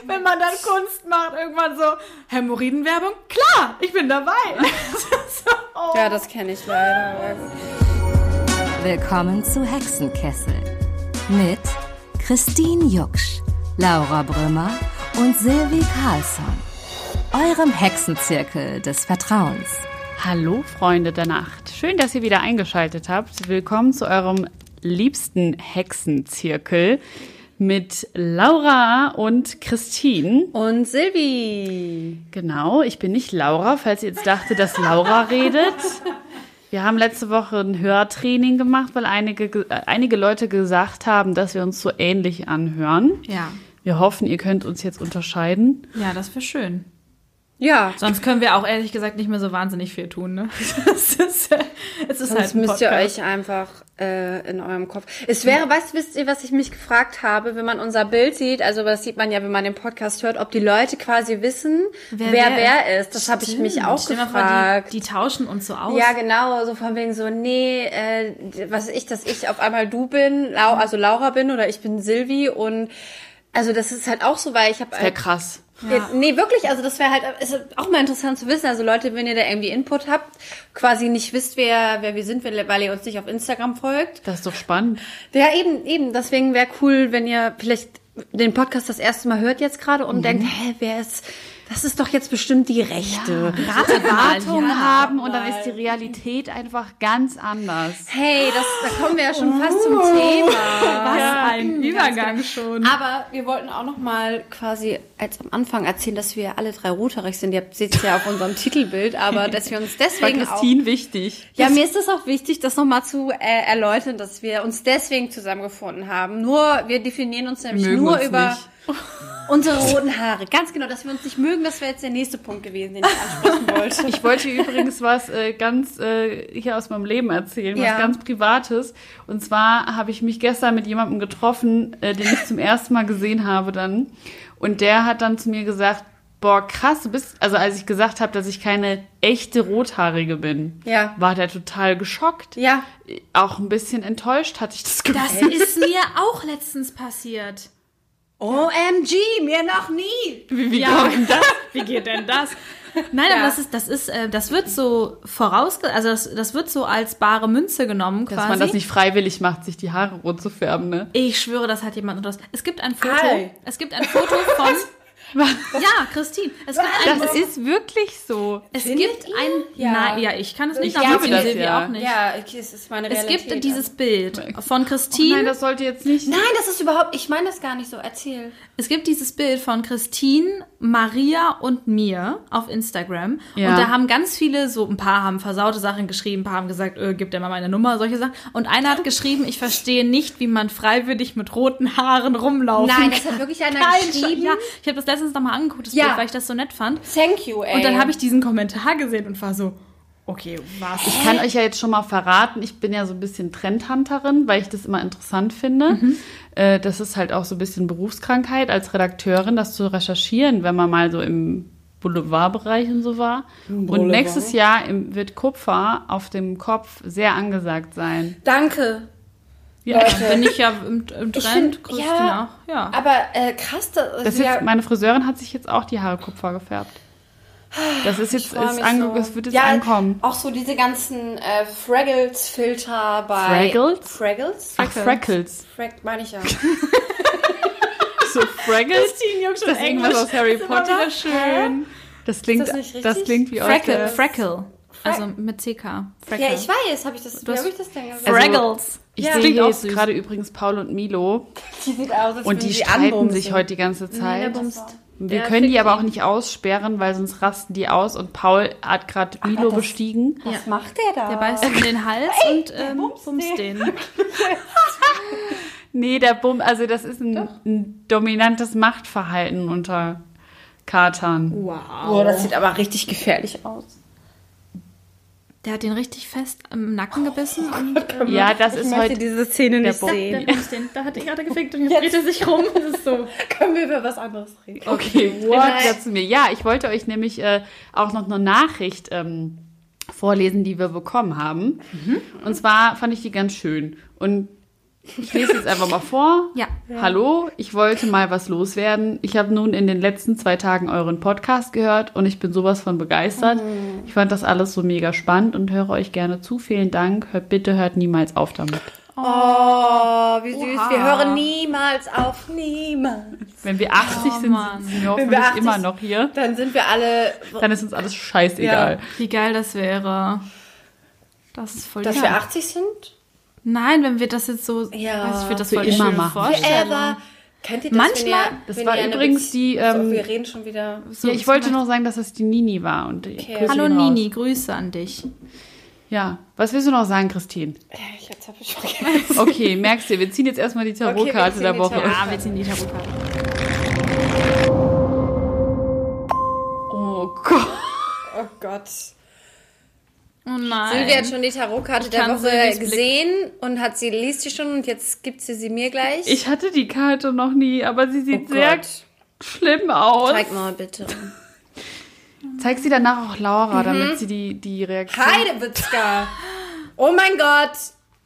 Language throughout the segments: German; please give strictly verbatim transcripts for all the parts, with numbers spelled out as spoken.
wenn man dann Kunst macht, irgendwann so, Hämorrhoidenwerbung? Klar, ich bin dabei. so, oh. Ja, das kenne ich leider. Willkommen zu Hexenkessel mit Christine Jucksch, Laura Brümmer und Silvi Carlsson, eurem Hexenzirkel des Vertrauens. Hallo Freunde der Nacht, schön, dass ihr wieder eingeschaltet habt. Willkommen zu eurem liebsten Hexenzirkel mit Laura und Christine. Und Silvi. Genau, ich bin nicht Laura, falls ihr jetzt dachtet, dass Laura redet. Wir haben letzte Woche ein Hörtraining gemacht, weil einige, äh, einige Leute gesagt haben, dass wir uns so ähnlich anhören. Ja. Wir hoffen, ihr könnt uns jetzt unterscheiden. Ja, das wäre schön. Ja. Sonst können wir auch ehrlich gesagt nicht mehr so wahnsinnig viel tun, ne? Es ist, äh, es ist Sonst halt ein müsst ihr Podcast. euch einfach äh, in eurem Kopf... Es wäre, weißt du, wisst ihr, was ich mich gefragt habe, wenn man unser Bild sieht, also das sieht man ja, wenn man den Podcast hört, ob die Leute quasi wissen, wer wer, wer ist. Das habe ich mich auch Stell mal gefragt. vor, die, die tauschen uns so aus. Ja, genau, so von wegen so, nee, äh, was weiß ich, dass ich auf einmal du bin, Lau, also Laura bin oder ich bin Silvi und also das ist halt auch so, weil ich habe... Wäre krass. Ja. Nee, wirklich, also das wäre halt ist auch mal interessant zu wissen. Also Leute, wenn ihr da irgendwie Input habt, quasi nicht wisst, wer wer wir sind, weil ihr uns nicht auf Instagram folgt. Das ist doch spannend. Ja, eben, eben. Deswegen wäre cool, wenn ihr vielleicht den Podcast das erste Mal hört jetzt gerade und mhm. denkt, hä, wer ist... Das ist doch jetzt bestimmt die Rechte. Ja, Erwartungen ja, haben und dann ist die Realität einfach ganz anders. Hey, das, da kommen wir ja schon fast zum Thema. Was ja, ein Übergang schon. Aber wir wollten auch noch mal quasi als am Anfang erzählen, dass wir alle drei rothaarig sind. Ihr seht es ja auf unserem Titelbild, aber dass wir uns deswegen war Christine auch, wichtig. Ja, mir ist es auch wichtig, das nochmal zu äh, erläutern, dass wir uns deswegen zusammengefunden haben. Nur, wir definieren uns nämlich Mögen nur uns über... Nicht. Unsere roten Haare. Ganz genau, dass wir uns nicht mögen, das wäre jetzt der nächste Punkt gewesen, den ich ansprechen wollte. Ich wollte übrigens was äh, ganz äh, hier aus meinem Leben erzählen, ja. was ganz Privates. Und zwar habe ich mich gestern mit jemandem getroffen, äh, den ich zum ersten Mal gesehen habe dann. Und der hat dann zu mir gesagt, boah, krass, du bist... Also als ich gesagt habe, dass ich keine echte Rothaarige bin, ja. war der total geschockt. Ja. Auch ein bisschen enttäuscht hatte ich das Gefühl. Das ist mir auch letztens passiert. O M G, mir noch nie. Wie, wie, ja, geht das? wie geht denn das? Nein, ja. aber das ist, das ist, äh, das wird so vorausge, also das, das wird so als bare Münze genommen quasi. Dass man das nicht freiwillig macht, sich die Haare rot zu färben, ne? Ich schwöre, das hat jemand unters. Es gibt ein Foto. Ei. Es gibt ein Foto von. Ja, Christine. Es gibt ein, das ist wirklich so. Es Findet gibt ihr? ein. Ja. Nein, ja, ich kann es nicht. Ich liebe das ja. auch nicht. Ja, es ist meine Es Realität. gibt dieses Bild von Oh Christine. nein, das sollte jetzt nicht. Nein, das ist überhaupt, ich meine das gar nicht so. Erzähl. Es gibt dieses Bild von Christine, Maria und mir auf Instagram. Ja. Und da haben ganz viele, so ein paar haben versaute Sachen geschrieben, ein paar haben gesagt, äh, gib dir mal meine Nummer, solche Sachen. Und einer hat geschrieben, ich verstehe nicht, wie man freiwillig mit roten Haaren rumlaufen Nein, kann. das hat wirklich einer Kein geschrieben. Sch- Ja, ich habe das letztens nochmal angeguckt, das Ja. Bild, weil ich das so nett fand. Thank you, ey. Und dann habe ich diesen Kommentar gesehen und war so, okay, was? Ich kann euch ja jetzt schon mal verraten, ich bin ja so ein bisschen Trendhunterin, weil ich das immer interessant finde. Mhm. Äh, das ist halt auch so ein bisschen Berufskrankheit als Redakteurin, das zu recherchieren, wenn man mal so im Boulevardbereich und so war. Boulevard. Und nächstes Jahr im, wird Kupfer auf dem Kopf sehr angesagt sein. Danke. Ja, Leute. bin ich ja im, im Ich Trend, find, Christine ja, auch. Ja. aber äh, krass, das, Das ist ja, jetzt, meine Friseurin hat sich jetzt auch die Haare Kupfer gefärbt. Das ist jetzt, freu ist mich ange- so. es wird jetzt ja, ankommen. Auch so diese ganzen äh, Fraggles-Filter bei... Fraggles? Fraggles? Ach, Freckles. Frack, meine ich ja. So Fraggles? Jucksch Das ist irgendwas aus Harry Potter. Schön. Das klingt, das nicht richtig? das klingt wie aus Freckle, der... Freckle. Also mit C K. Freckle. Ja, ich weiß, habe ich das, wie hast- habe ich das denn gesagt? Also, Fraggles. Ich Ja. sehe Klingt hier auch jetzt süß. gerade übrigens Paul und Milo Die sieht aus, als und die würden sie streiten anbumsen. sich heute die ganze Zeit. der bumst. Wir Ja, können die fick aber ihn. auch nicht aussperren, weil sonst rasten die aus und Paul hat gerade Milo das- bestiegen. Was macht der da? Der beißt ihm in den Hals und ähm, bumst bumst den. den. Nee, der Bumm, also das ist ein, ein dominantes Machtverhalten unter Katern. Wow. Oh, das sieht aber richtig gefährlich aus. Der hat den richtig fest im Nacken gebissen und ähm, Ja, das Ich ist möchte heute... diese Szene nicht Bum- der sehen. bumst den. Da hat er gerade gefickt und jetzt dreht er sich rum. Das ist so. Können wir über was anderes reden? Okay, what? redet wieder zu mir. Ja, ich wollte euch nämlich äh, auch noch eine Nachricht ähm, vorlesen, die wir bekommen haben. Und zwar fand ich die ganz schön. Und Ich lese jetzt einfach mal vor. Ja. Ja. Hallo, ich wollte mal was loswerden. Ich habe nun in den letzten zwei Tagen euren Podcast gehört und ich bin sowas von begeistert. Mhm. Ich fand das alles so mega spannend und höre euch gerne zu. Vielen Dank. Hört, bitte hört niemals auf damit. Oh, wie süß. Oha. Wir hören niemals auf, niemals. Wenn wir achtzig oh, sind, Mann. sind wir hoffentlich wir achtzig, immer noch hier. Dann sind wir alle... Dann ist uns alles scheißegal. Ja. Wie geil das wäre. Das ist voll Dass geil. wir achtzig sind? Nein, wenn wir das jetzt so, ja, weiß ich, würde das für voll immer schön machen. vorstellen. Forever. Kennt ihr das? Manchmal, ihr, das war übrigens die, ähm, so, wir reden schon wieder. So, ja, ich wollte noch sagen, dass das die Nini war. Und okay. Hallo Nini, Grüße an dich. Ja, was willst du noch sagen, Christine? Ich hab's schon vergessen. Okay, merkst du, wir ziehen jetzt erstmal die Tarotkarte okay, der Woche. Ja, wir ziehen die Tarotkarte. Oh Gott. Oh Gott. Oh nein. Silvia hat schon die Tarotkarte der Woche gesehen und hat sie liest sie schon und jetzt gibt sie sie mir gleich. Ich hatte die Karte noch nie, aber sie sieht oh sehr schlimm aus. Zeig mal bitte. Zeig sie danach auch Laura, mhm. damit sie die, die Reaktion... Heidewitzka! Oh mein Gott!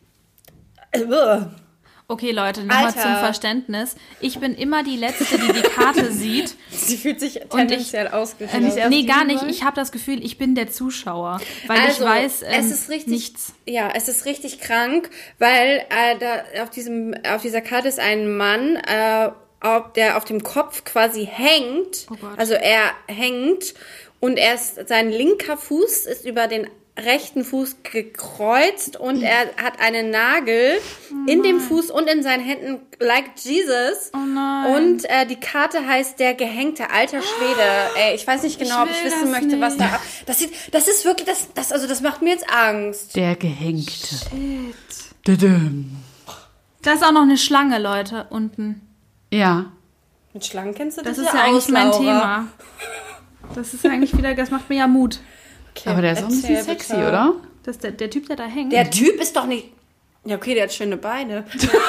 Okay, Leute, nochmal zum Verständnis. Ich bin immer die Letzte, die die Karte sieht. Sie fühlt sich tendenziell ausgeschlossen. Äh, nee, gar nicht. Ich habe das Gefühl, ich bin der Zuschauer. Weil also, ich weiß ähm, es ist richtig, nichts. Ja, es ist richtig krank, weil äh, da auf, diesem, auf dieser Karte ist ein Mann, äh, auf, der auf dem Kopf quasi hängt. Oh Gott. Also er hängt und er ist, sein linker Fuß ist über den rechten Fuß gekreuzt und er hat einen Nagel oh in dem Fuß und in seinen Händen like Jesus. Oh nein. Und äh, die Karte heißt der Gehängte, alter Schwede. Ey, ich weiß nicht genau, ich ob ich wissen möchte, nicht. was da ab... Das, sieht, das ist wirklich, das, das, also das macht mir jetzt Angst. Der Gehängte. Shit. Da ist auch noch eine Schlange, Leute, unten. Ja. Mit Schlangen kennst du das? Das ist ja eigentlich mein Thema. Das ist eigentlich wieder, das macht mir ja Mut. Okay, aber der ist auch ein bisschen sexy, bitte. Oder? Das ist der, der Typ, der da hängt. Der Typ ist doch nicht... Ja, okay, der hat schöne Beine.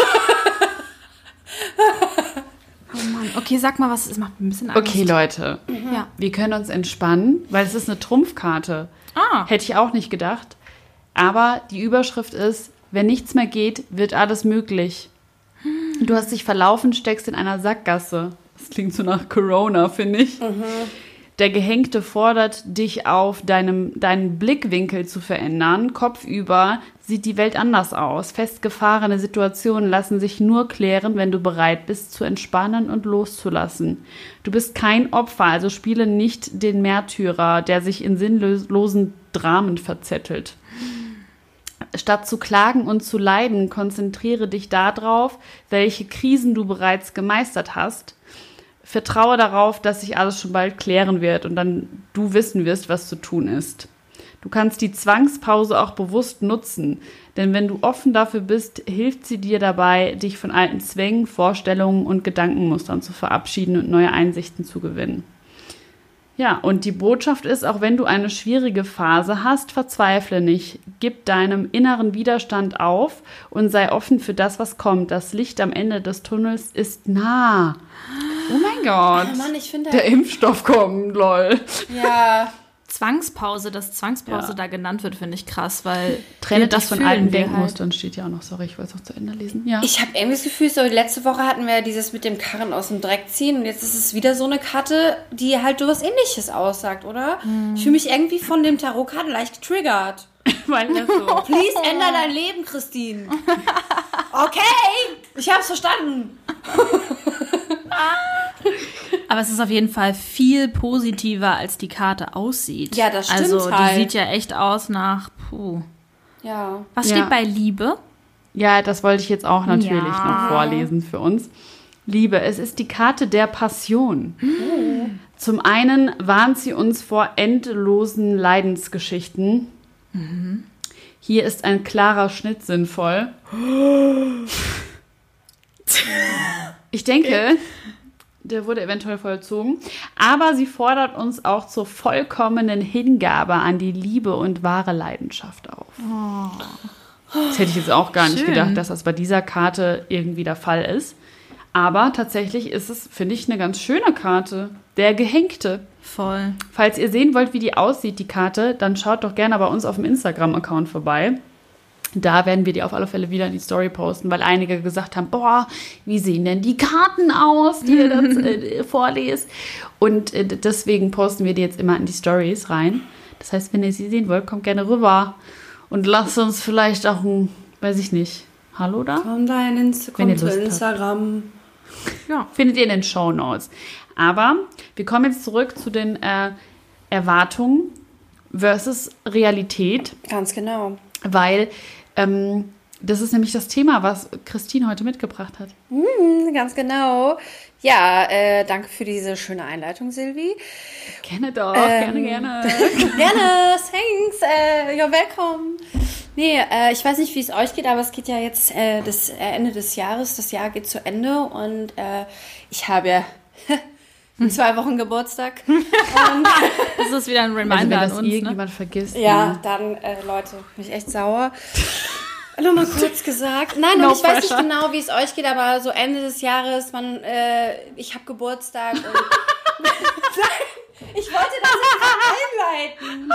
Oh Mann. Okay, sag mal was, es macht mir ein bisschen Angst. Okay, Leute. Mhm. Ja. Wir können uns entspannen, weil es ist eine Trumpfkarte. Ah. Hätte ich auch nicht gedacht. Aber die Überschrift ist, wenn nichts mehr geht, wird alles möglich. Hm. Du hast dich verlaufen, steckst in einer Sackgasse. Das klingt so nach Corona, finde ich. Mhm. Der Gehängte fordert dich auf, deinem, deinen Blickwinkel zu verändern. Kopfüber sieht die Welt anders aus. Festgefahrene Situationen lassen sich nur klären, wenn du bereit bist, zu entspannen und loszulassen. Du bist kein Opfer, also spiele nicht den Märtyrer, der sich in sinnlosen Dramen verzettelt. Statt zu klagen und zu leiden, konzentriere dich darauf, welche Krisen du bereits gemeistert hast. Vertraue darauf, dass sich alles schon bald klären wird und dann du wissen wirst, was zu tun ist. Du kannst die Zwangspause auch bewusst nutzen, denn wenn du offen dafür bist, hilft sie dir dabei, dich von alten Zwängen, Vorstellungen und Gedankenmustern zu verabschieden und neue Einsichten zu gewinnen. Ja, und die Botschaft ist, auch wenn du eine schwierige Phase hast, verzweifle nicht. Gib deinem inneren Widerstand auf und sei offen für das, was kommt. Das Licht am Ende des Tunnels ist nah. Oh mein Gott. Oh Mann, ich finde... Der Impfstoff kommt, lol. Ja. Zwangspause, dass Zwangspause ja. da genannt wird, finde ich krass, weil... Trenne das von alten Denkmustern halt. Steht ja auch noch. Sorry, ich wollte es auch zu Ende lesen. Ja. Ich habe irgendwie das Gefühl, so letzte Woche hatten wir dieses mit dem Karren aus dem Dreck ziehen und jetzt ist es wieder so eine Karte, die halt so was Ähnliches aussagt, oder? Hm. Ich fühle mich irgendwie von dem Tarotkarten leicht getriggert. Weil das so... Please, änder dein Leben, Christine. Okay, ich hab's verstanden. Aber es ist auf jeden Fall viel positiver, als die Karte aussieht. Ja, das stimmt Also, die halt. sieht ja echt aus nach, puh. Ja. Was ja. steht bei Liebe? Ja, das wollte ich jetzt auch natürlich ja. noch vorlesen für uns. Liebe, es ist die Karte der Passion. Mhm. Zum einen warnt sie uns vor endlosen Leidensgeschichten. Mhm. Hier ist ein klarer Schnitt sinnvoll. Ich denke, der wurde eventuell vollzogen. Aber sie fordert uns auch zur vollkommenen Hingabe an die Liebe und wahre Leidenschaft auf. Oh. Das hätte ich jetzt auch gar nicht Schön. gedacht, dass das bei dieser Karte irgendwie der Fall ist. Aber tatsächlich ist es, finde ich, eine ganz schöne Karte. Der Gehängte. Voll. Falls ihr sehen wollt, wie die aussieht, die Karte, dann schaut doch gerne bei uns auf dem Instagram-Account vorbei. Da werden wir die auf alle Fälle wieder in die Story posten, weil einige gesagt haben, boah, wie sehen denn die Karten aus, die ihr das äh, vorlest? Und äh, deswegen posten wir die jetzt immer in die Stories rein. Das heißt, wenn ihr sie sehen wollt, kommt gerne rüber und lasst uns vielleicht auch ein, weiß ich nicht, Hallo da? Komm da in Insta- Wenn ihr komm zu Lust Instagram. Ja, findet ihr in den Shownotes. Aber wir kommen jetzt zurück zu den äh, Erwartungen versus Realität, Ganz genau. weil ähm, das ist nämlich das Thema, was Christine heute mitgebracht hat. Mhm, ganz genau. Ja, äh, danke für diese schöne Einleitung, Silvi. Gerne doch, Ähm, gerne, gerne. Gerne, thanks, äh, you're welcome. Nee, äh, ich weiß nicht, wie es euch geht, aber es geht ja jetzt äh, das äh, Ende des Jahres. Das Jahr geht zu Ende und äh, ich habe ja in zwei Wochen Geburtstag. Und Das ist wieder ein Also Reminder wenn das an uns, ne? irgendjemand vergisst. ja, ne? dann, äh, Leute, bin ich echt sauer. Nur mal kurz gesagt. Nein, No und ich weiß nicht pressure. genau, wie es euch geht, aber so Ende des Jahres, man, äh, ich habe Geburtstag und ich wollte das nicht einleiten.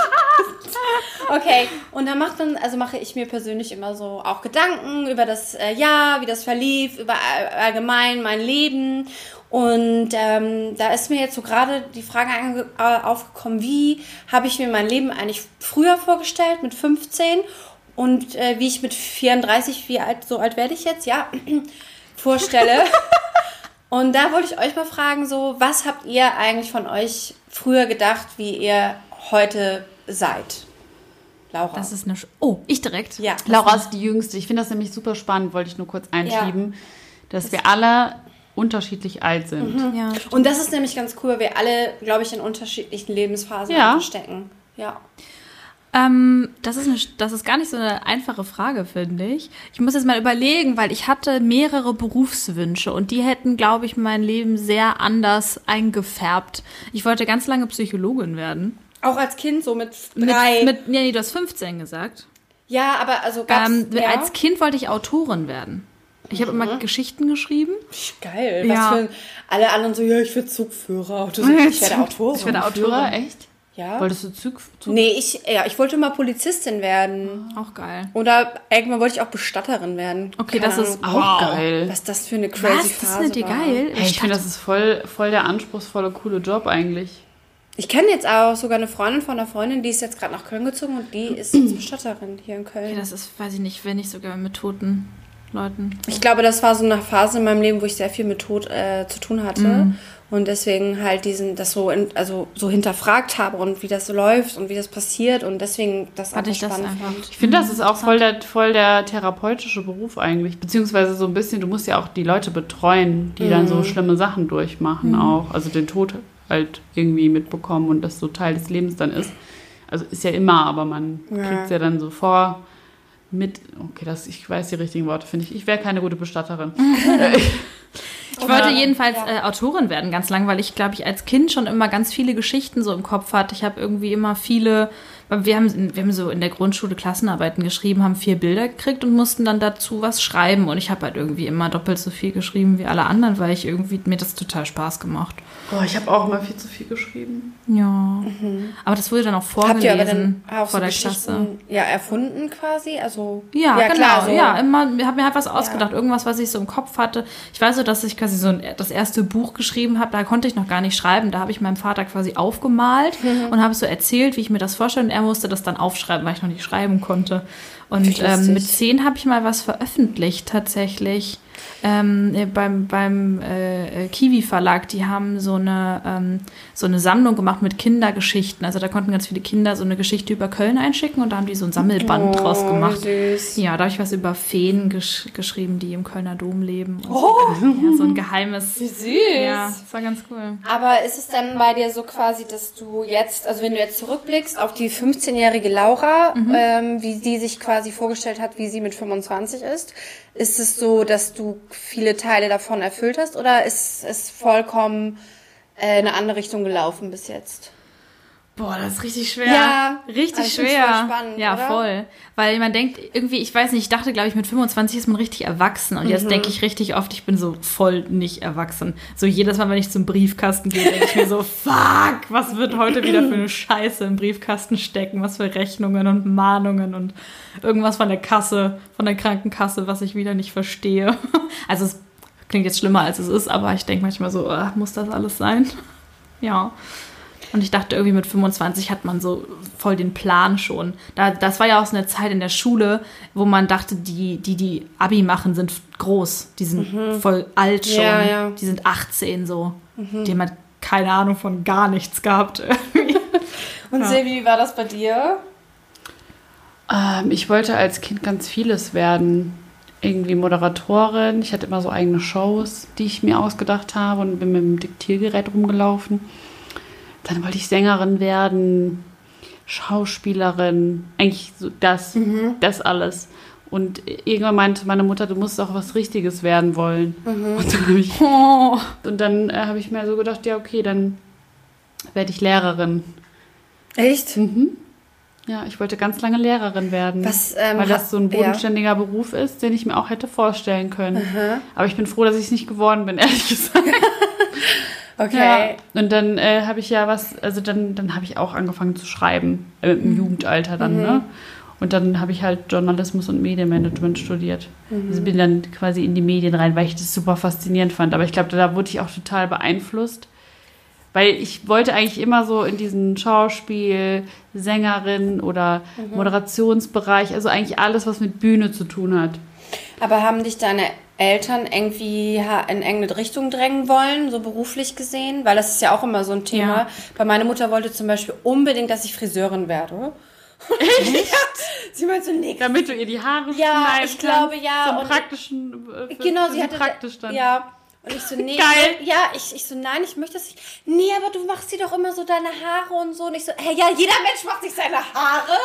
Okay, und dann macht man, also mache ich mir persönlich immer so auch Gedanken über das äh, Jahr, wie das verlief, über all- allgemein mein Leben. Und ähm, da ist mir jetzt so gerade die Frage ange- äh, aufgekommen, wie habe ich mir mein Leben eigentlich früher vorgestellt, mit fünfzehn, und äh, wie ich mit vierunddreißig, wie alt, so alt werde ich jetzt, ja, vorstelle. Und da wollte ich euch mal fragen, so, was habt ihr eigentlich von euch früher gedacht, wie ihr heute seid? Laura. Das ist eine. Sch oh, ich direkt. ja. Laura ist die Jüngste. Ich finde das nämlich super spannend, wollte ich nur kurz einschieben, dass wir alle unterschiedlich alt sind. Ja. Und das ist nämlich ganz cool, weil wir alle, glaube ich, in unterschiedlichen Lebensphasen Ja. einfach stecken. Ja. Ähm, das ist eine, das ist gar nicht so eine einfache Frage, finde ich. Ich muss jetzt mal überlegen, weil ich hatte mehrere Berufswünsche und die hätten, glaube ich, mein Leben sehr anders eingefärbt. Ich wollte ganz lange Psychologin werden. Auch als Kind, so mit drei. Mit, mit, nee, nee, du hast fünfzehn gesagt. ja, aber also gab's, Ähm, ja. Als Kind wollte ich Autorin werden. Ich habe immer Geschichten geschrieben. Geil. Ja. Was für alle anderen so, ja, ich will Zugführer. Und du so, ich werde Autorin. Ich werde Führer, Autorin. echt? Ja. Wolltest du Zug? Zug? Nee, ich, ja, ich wollte mal Polizistin werden. Auch geil. Oder irgendwann wollte ich auch Bestatterin werden. Okay, Keine das ist Ahnung, Auch wow. geil. was das für eine crazy Was? Das Phase findet ihr war. geil? Hey, ich finde, das ist voll, voll der anspruchsvolle, coole Job eigentlich. Ich kenne jetzt auch sogar eine Freundin von einer Freundin, die ist jetzt gerade nach Köln gezogen und die ist jetzt Bestatterin hier in Köln. Okay, das ist, weiß ich nicht, wenn nicht sogar mit toten Leuten. Ich glaube, das war so eine Phase in meinem Leben, wo ich sehr viel mit Tod äh, zu tun hatte. Mhm. Und deswegen halt diesen, das so, in, also so hinterfragt habe und wie das so läuft und wie das passiert. Und deswegen das Hatte einfach ich das spannend einfach. fand. Ich finde, das ist auch voll der, voll der therapeutische Beruf eigentlich. Beziehungsweise so ein bisschen, du musst ja auch die Leute betreuen, die dann so schlimme Sachen durchmachen auch. Also den Tod halt irgendwie mitbekommen und das so Teil des Lebens dann ist. Also ist ja immer, aber man Ja. kriegt es ja dann so vor mit, okay, das, ich weiß die richtigen Worte, finde ich. Ich wäre keine gute Bestatterin. Ich wollte jedenfalls äh, Autorin werden, ganz lang, weil ich, glaube ich, als Kind schon immer ganz viele Geschichten so im Kopf hatte. Ich habe irgendwie immer viele, weil wir haben, wir haben so in der Grundschule Klassenarbeiten geschrieben, haben vier Bilder gekriegt und mussten dann dazu was schreiben. Und ich habe halt irgendwie immer doppelt so viel geschrieben wie alle anderen, weil ich irgendwie, mir das total Spaß gemacht. Boah, ich habe auch immer viel zu viel geschrieben. Ja. Aber das wurde dann auch Habt ihr aber vorgelesen dann auch vor so der Klasse. Geschichten ja, erfunden quasi? Also, Ja, genau. klar, so. Ja, immer, ich habe mir halt was ausgedacht, irgendwas, was ich so im Kopf hatte. Ich weiß so, dass ich quasi so ein, das erste Buch geschrieben habe, da konnte ich noch gar nicht schreiben. Da habe ich meinem Vater quasi aufgemalt und habe so erzählt, wie ich mir das vorstelle. Und er musste das dann aufschreiben, weil ich noch nicht schreiben konnte. Und Wie lustig. ähm, mit zehn habe ich mal was veröffentlicht tatsächlich. Ähm, äh, beim beim äh, Kiwi-Verlag, die haben so eine, ähm, so eine Sammlung gemacht mit Kindergeschichten. Also da konnten ganz viele Kinder so eine Geschichte über Köln einschicken und da haben die so ein Sammelband Oh, draus gemacht. wie süß. Ja, da habe ich was über Feen gesch geschrieben, die im Kölner Dom leben. Und Oh. so. Ja, so ein geheimes. Wie süß. Ja, das war ganz cool. Aber ist es dann bei dir so quasi, dass du jetzt, also wenn du jetzt zurückblickst auf die fünfzehnjährige Laura, ähm, wie die sich quasi vorgestellt hat, wie sie mit fünfundzwanzig ist, ist es so, dass du viele Teile davon erfüllt hast oder ist es vollkommen äh, in eine andere Richtung gelaufen bis jetzt? Boah, das ist richtig schwer. Ja, richtig also ich find's schwer. voll spannend, ja, oder? voll. Weil man denkt, irgendwie, ich weiß nicht, ich dachte, glaube ich, mit fünfundzwanzig ist man richtig erwachsen. Und jetzt Mhm. denke ich richtig oft, ich bin so voll nicht erwachsen. So jedes Mal, wenn ich zum Briefkasten gehe, denke ich mir so, fuck, was wird heute wieder für eine Scheiße im Briefkasten stecken? Was für Rechnungen und Mahnungen und irgendwas von der Kasse, von der Krankenkasse, was ich wieder nicht verstehe. Also es klingt jetzt schlimmer, als es ist, aber ich denke manchmal so, ah, muss das alles sein? Ja. Und ich dachte, irgendwie mit fünfundzwanzig hat man so voll den Plan schon. Da, das war ja auch so eine Zeit in der Schule, wo man dachte, die, die, die Abi machen, sind groß. Die sind mhm. voll alt schon. Ja, ja. Die sind achtzehn so. Mhm. Die haben keine Ahnung von gar nichts gehabt. Und ja. Silvi, wie war das bei dir? Ähm, ich wollte als Kind ganz vieles werden. Irgendwie Moderatorin. Ich hatte immer so eigene Shows, die ich mir ausgedacht habe und bin mit dem Diktiergerät rumgelaufen. Dann wollte ich Sängerin werden, Schauspielerin, eigentlich so das, mhm. das alles. Und irgendwann meinte meine Mutter, du musst auch was Richtiges werden wollen. Mhm. Und dann habe ich, oh. und dann, äh, hab ich mir so gedacht, ja okay, dann werde ich Lehrerin. Echt? Mhm. Ja, ich wollte ganz lange Lehrerin werden, was, ähm, weil das so ein bodenständiger ja. Beruf ist, den ich mir auch hätte vorstellen können. Aha. Aber ich bin froh, dass ich es nicht geworden bin, ehrlich gesagt. Okay. Ja. Und dann äh, habe ich ja was, also dann, dann habe ich auch angefangen zu schreiben, äh, im mhm. Jugendalter dann, mhm. ne? Und dann habe ich halt Journalismus und Medienmanagement studiert. Mhm. Also bin dann quasi in die Medien rein, weil ich das super faszinierend fand. Aber ich glaube, da wurde ich auch total beeinflusst. Weil ich wollte eigentlich immer so in diesen Schauspiel, Sängerin oder mhm. Moderationsbereich, also eigentlich alles, was mit Bühne zu tun hat. Aber haben dich deine Eltern irgendwie in irgendeine Richtung drängen wollen, so beruflich gesehen? Weil das ist ja auch immer so ein Thema. Ja. Weil meine Mutter wollte zum Beispiel unbedingt, dass ich Friseurin werde. Echt? Ja. Sie meinte so, nee. Damit du ihr die Haare schneiden Ja, ich glaube, ja. So und praktischen, äh, für, genau, für sie hatte praktisch dann. Ja. Und ich so, nee. Geil. Ja, ich, ich so, nein, ich möchte das nicht. Nee, aber du machst dir doch immer so deine Haare und so. Und ich so, hey, ja, jeder Mensch macht sich seine Haare.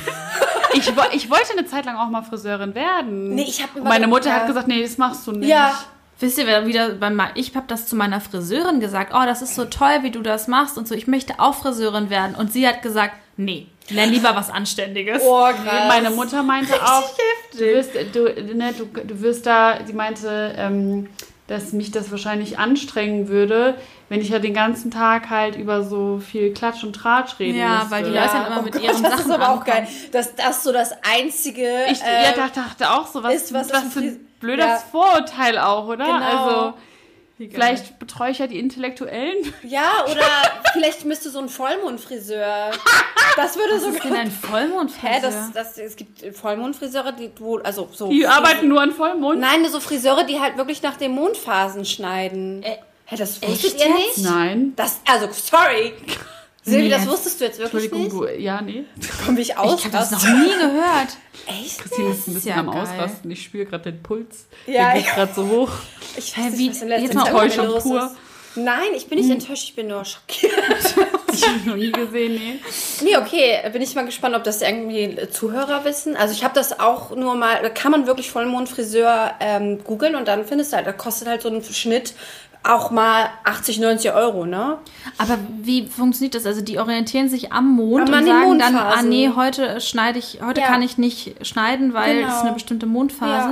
ich, ich wollte eine Zeit lang auch mal Friseurin werden. Nee, ich habe Meine Mutter hat gesagt, nee, das machst du nicht. Ja. Wisst ihr, wer wieder beim ich habe das zu meiner Friseurin gesagt, oh, das ist so toll, wie du das machst und so, ich möchte auch Friseurin werden. Und sie hat gesagt, nee, lern lieber was Anständiges. Oh, krass. Meine Mutter meinte auch, du wirst, du, ne, du, du wirst da, sie meinte, ähm, dass mich das wahrscheinlich anstrengen würde, wenn ich ja den ganzen Tag halt über so viel Klatsch und Tratsch reden Ja, müsste. weil die Ja. Leute dann immer Oh mit Gott, ihren das Sachen ist aber auch ankommen. geil, dass das so das einzige Ich äh, ja, dachte, dachte auch so, was, ist, was was das für Fris- ein blödes ja. Vorurteil auch, oder? Genau. Also, vielleicht betreue ich ja die Intellektuellen. Ja, oder vielleicht müsste so ein Vollmondfriseur. Das würde Was so ist denn ein Vollmondfriseur? Hä, das, das, es gibt Vollmondfriseure, die wohl, also so. Die arbeiten nur an Vollmond? Nein, so Friseure, die halt wirklich nach den Mondphasen schneiden. Äh, Hä, das wusstet echt ihr jetzt? nicht? Nein. Das, also, sorry. Silvi, Nee, das jetzt- wusstest du jetzt wirklich Entschuldigung, nicht? du, ja, nee. Komm ich aus? Ich habe das noch nie gehört. Echt? Christine ist ein ist bisschen ja am geil. Ausrasten. Ich spüre gerade den Puls. Ja, Der geht ja. gerade so hoch. Ich Hä, weiß wie- nicht, was in letzter jetzt mal Zeit mit mir Enttäuschung los pur. ist. Nein, ich bin nicht enttäuscht, ich bin nur schockiert. Ich habe noch nie gesehen, nee. Nee, okay, bin ich mal gespannt, ob das irgendwie Zuhörer wissen. Also ich habe das auch nur mal, da kann man wirklich Vollmondfriseur ähm, googeln und dann findest du halt, da kostet halt so ein Schnitt auch mal achtzig, neunzig Euro, ne? Aber wie funktioniert das? Also die orientieren sich am Mond An und den sagen dann, Mondphasen. ah nee, heute schneide ich, heute Ja. kann ich nicht schneiden, weil Genau. es ist eine bestimmte Mondphase. Ja.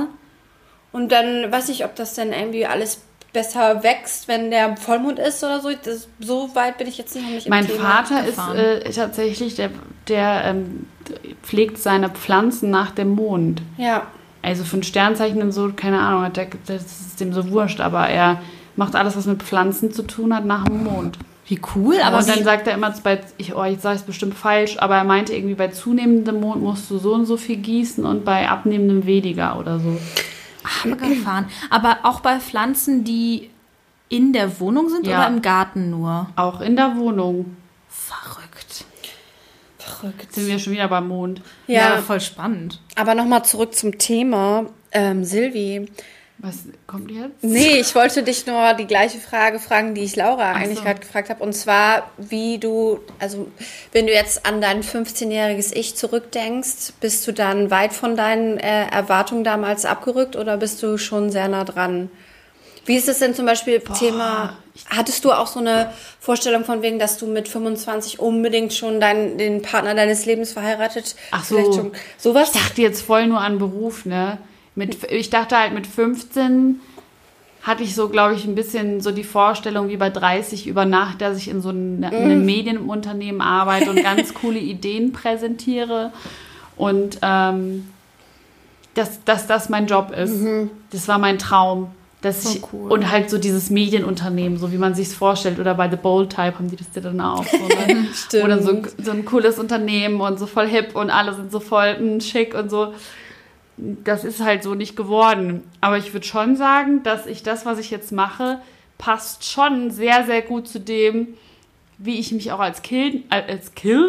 Und dann weiß ich, ob das dann irgendwie alles besser wächst, wenn der Vollmond ist oder so. Das, so weit bin ich jetzt nicht noch nicht im Mein Thema. Vater ist gefahren. äh, tatsächlich, der, der ähm, pflegt seine Pflanzen nach dem Mond. Ja. Also von Sternzeichen und so, keine Ahnung, hat der, das ist dem so wurscht, aber er macht alles, was mit Pflanzen zu tun hat, nach dem Mond. Wie cool, aber und dann wie, sagt er immer, bei, ich, oh, ich sage es bestimmt falsch, aber er meinte irgendwie, bei zunehmendem Mond musst du so und so viel gießen und bei abnehmendem weniger oder so. abgefahren. Aber auch bei Pflanzen, die in der Wohnung sind Ja. oder im Garten nur? Auch in der Wohnung Verrückt. Verrückt. sind wir schon wieder beim Mond. Ja, Ja, voll spannend. aber nochmal zurück zum Thema. Ähm, Silvi, Was kommt jetzt? nee, ich wollte dich nur die gleiche Frage fragen, die ich Laura eigentlich so. gerade gefragt habe. Und zwar, wie du, also wenn du jetzt an dein fünfzehnjähriges Ich zurückdenkst, bist du dann weit von deinen äh, Erwartungen damals abgerückt oder bist du schon sehr nah dran? Wie ist es denn zum Beispiel Boah. Thema, hattest du auch so eine Vorstellung von wegen, dass du mit fünfundzwanzig unbedingt schon deinen, den Partner deines Lebens verheiratet? Ach so, schon, sowas? Ich dachte jetzt voll nur an Beruf, ne? Mit, ich dachte halt mit fünfzehn hatte ich so, glaube ich, ein bisschen so die Vorstellung wie bei dreißig über Nacht, dass ich in so einem, einem Medienunternehmen arbeite und ganz coole Ideen präsentiere und ähm, dass, dass das mein Job ist. Mhm. Das war mein Traum. Dass so ich, cool. Und halt so dieses Medienunternehmen, so wie man sich es vorstellt. Oder bei The Bold Type haben die das ja dann auch. So, ne? Stimmt. Oder so ein, so ein cooles Unternehmen und so voll hip und alle sind so voll mh, schick und so. Das ist halt so nicht geworden. Aber ich würde schon sagen, dass ich das, was ich jetzt mache, passt schon sehr, sehr gut zu dem, wie ich mich auch als Kind, als Kind,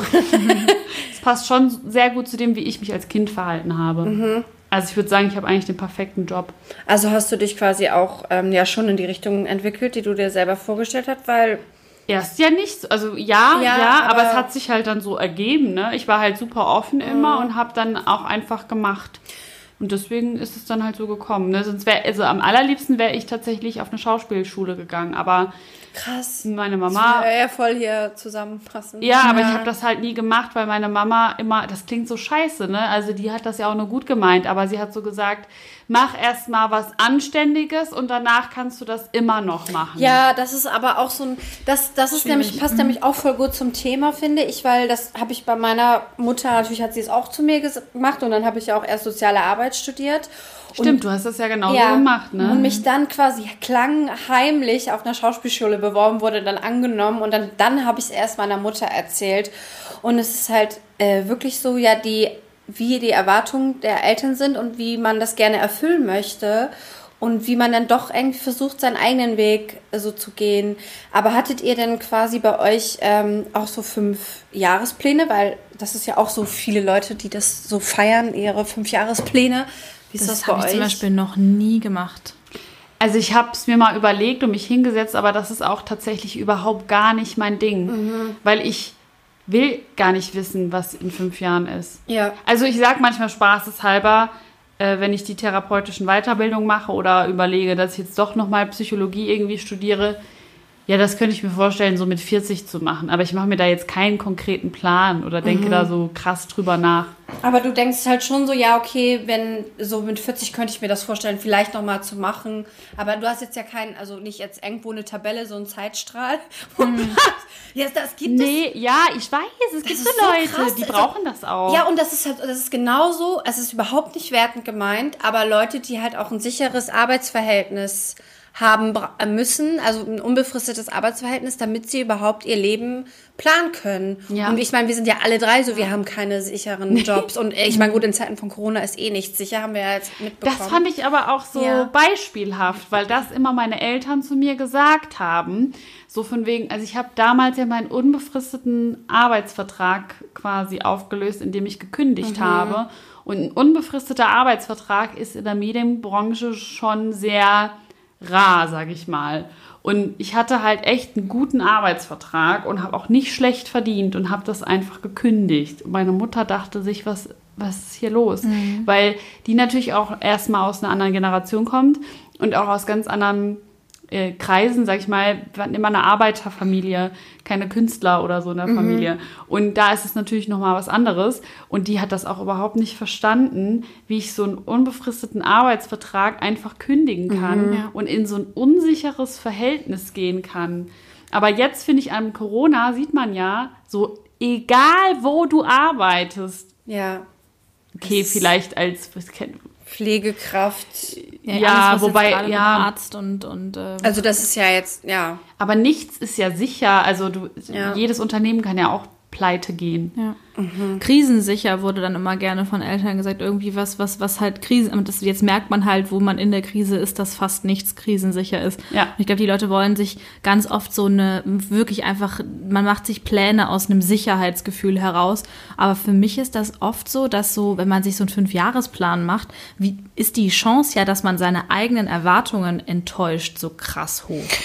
es passt schon sehr gut zu dem, wie ich mich als Kind verhalten habe. Mhm. Also ich würde sagen, ich habe eigentlich den perfekten Job. Also hast du dich quasi auch ähm, ja schon in die Richtung entwickelt, die du dir selber vorgestellt hast, weil... Erst ja nicht, also ja, ja, ja aber, aber es hat sich halt dann so ergeben, ne? Ich war halt super offen immer mhm. und habe dann auch einfach gemacht. Und deswegen ist es dann halt so gekommen, ne? Sonst wäre, also am allerliebsten wäre ich tatsächlich auf eine Schauspielschule gegangen, aber krass. Meine Mama... Das würde ja voll hier zusammenpassen. Ja, aber ja. ich habe das halt nie gemacht, weil meine Mama immer... Das klingt so scheiße, ne? Also die hat das ja auch nur gut gemeint, aber sie hat so gesagt, mach erst mal was Anständiges und danach kannst du das immer noch machen. Ja, das ist aber auch so ein... Das, das ist nämlich, passt mhm. nämlich auch voll gut zum Thema, finde ich, weil das habe ich bei meiner Mutter, natürlich hat sie es auch zu mir gemacht und dann habe ich ja auch erst soziale Arbeit studiert. Stimmt, und, du hast das ja genauso ja, gemacht, ne? Und mich dann quasi klangheimlich auf einer Schauspielschule beworben wurde, dann angenommen und dann, dann habe ich es erst meiner Mutter erzählt. Und es ist halt äh, wirklich so, ja, die, wie die Erwartungen der Eltern sind und wie man das gerne erfüllen möchte und wie man dann doch irgendwie versucht, seinen eigenen Weg äh, so zu gehen. Aber hattet ihr denn quasi bei euch ähm, auch so fünf Jahrespläne? Weil das ist ja auch so viele Leute, die das so feiern, ihre fünf Jahrespläne. Wie ist das, das habe ich zum Beispiel noch nie gemacht. Also ich habe es mir mal überlegt und mich hingesetzt, aber das ist auch tatsächlich überhaupt gar nicht mein Ding. Mhm. Weil ich will gar nicht wissen, was in fünf Jahren ist. Ja. Also ich sage manchmal spaßeshalber, äh, wenn ich die therapeutischen Weiterbildungen mache oder überlege, dass ich jetzt doch nochmal Psychologie irgendwie studiere, ja, das könnte ich mir vorstellen, so mit vierzig zu machen. Aber ich mache mir da jetzt keinen konkreten Plan oder denke mhm. da so krass drüber nach. Aber du denkst halt schon so, ja, okay, wenn so mit vierzig könnte ich mir das vorstellen, vielleicht nochmal zu machen. Aber du hast jetzt ja keinen, also nicht jetzt irgendwo eine Tabelle, so einen Zeitstrahl. Mhm. Yes, das gibt nee, es. Ja, ich weiß, es gibt so Leute, krass. Die brauchen das auch. Ja, und das ist halt, das ist genauso, es ist überhaupt nicht wertend gemeint, aber Leute, die halt auch ein sicheres Arbeitsverhältnis haben müssen, also ein unbefristetes Arbeitsverhältnis, damit sie überhaupt ihr Leben planen können. Ja. Und ich meine, wir sind ja alle drei so, wir haben keine sicheren Jobs. Und ich meine, gut, in Zeiten von Corona ist eh nichts sicher, haben wir ja jetzt mitbekommen. Das fand ich aber auch so ja. beispielhaft, weil das immer meine Eltern zu mir gesagt haben. So von wegen, also ich habe damals ja meinen unbefristeten Arbeitsvertrag quasi aufgelöst, indem ich gekündigt mhm. habe. Und ein unbefristeter Arbeitsvertrag ist in der Medienbranche schon sehr rar, sag ich mal. Und ich hatte halt echt einen guten Arbeitsvertrag und habe auch nicht schlecht verdient und habe das einfach gekündigt. Und meine Mutter dachte sich, was, was ist hier los? Mhm. Weil die natürlich auch erstmal aus einer anderen Generation kommt und auch aus ganz anderen äh, Kreisen, sag ich mal. Wir hatten immer eine Arbeiterfamilie, keine Künstler oder so in der mhm. Familie. Und da ist es natürlich nochmal was anderes. Und die hat das auch überhaupt nicht verstanden, wie ich so einen unbefristeten Arbeitsvertrag einfach kündigen kann mhm, ja. und in so ein unsicheres Verhältnis gehen kann. Aber jetzt, finde ich, an Corona sieht man ja, so egal wo du arbeitest. Ja. Okay, vielleicht als Pflegekraft. Ja, ja alles, wobei ja Arzt und und äh, also das ist ja jetzt ja. Aber nichts ist ja sicher. Also du, ja. jedes Unternehmen kann ja auch pleite gehen. Ja. Mhm. Krisensicher wurde dann immer gerne von Eltern gesagt, irgendwie was, was, was halt Krisen, und das, jetzt merkt man halt, wo man in der Krise ist, dass fast nichts krisensicher ist. Ja. Ich glaube, die Leute wollen sich ganz oft so eine, wirklich einfach, man macht sich Pläne aus einem Sicherheitsgefühl heraus, aber für mich ist das oft so, dass so, wenn man sich so einen Fünfjahresplan macht, wie ist die Chance ja, dass man seine eigenen Erwartungen enttäuscht, so krass hoch.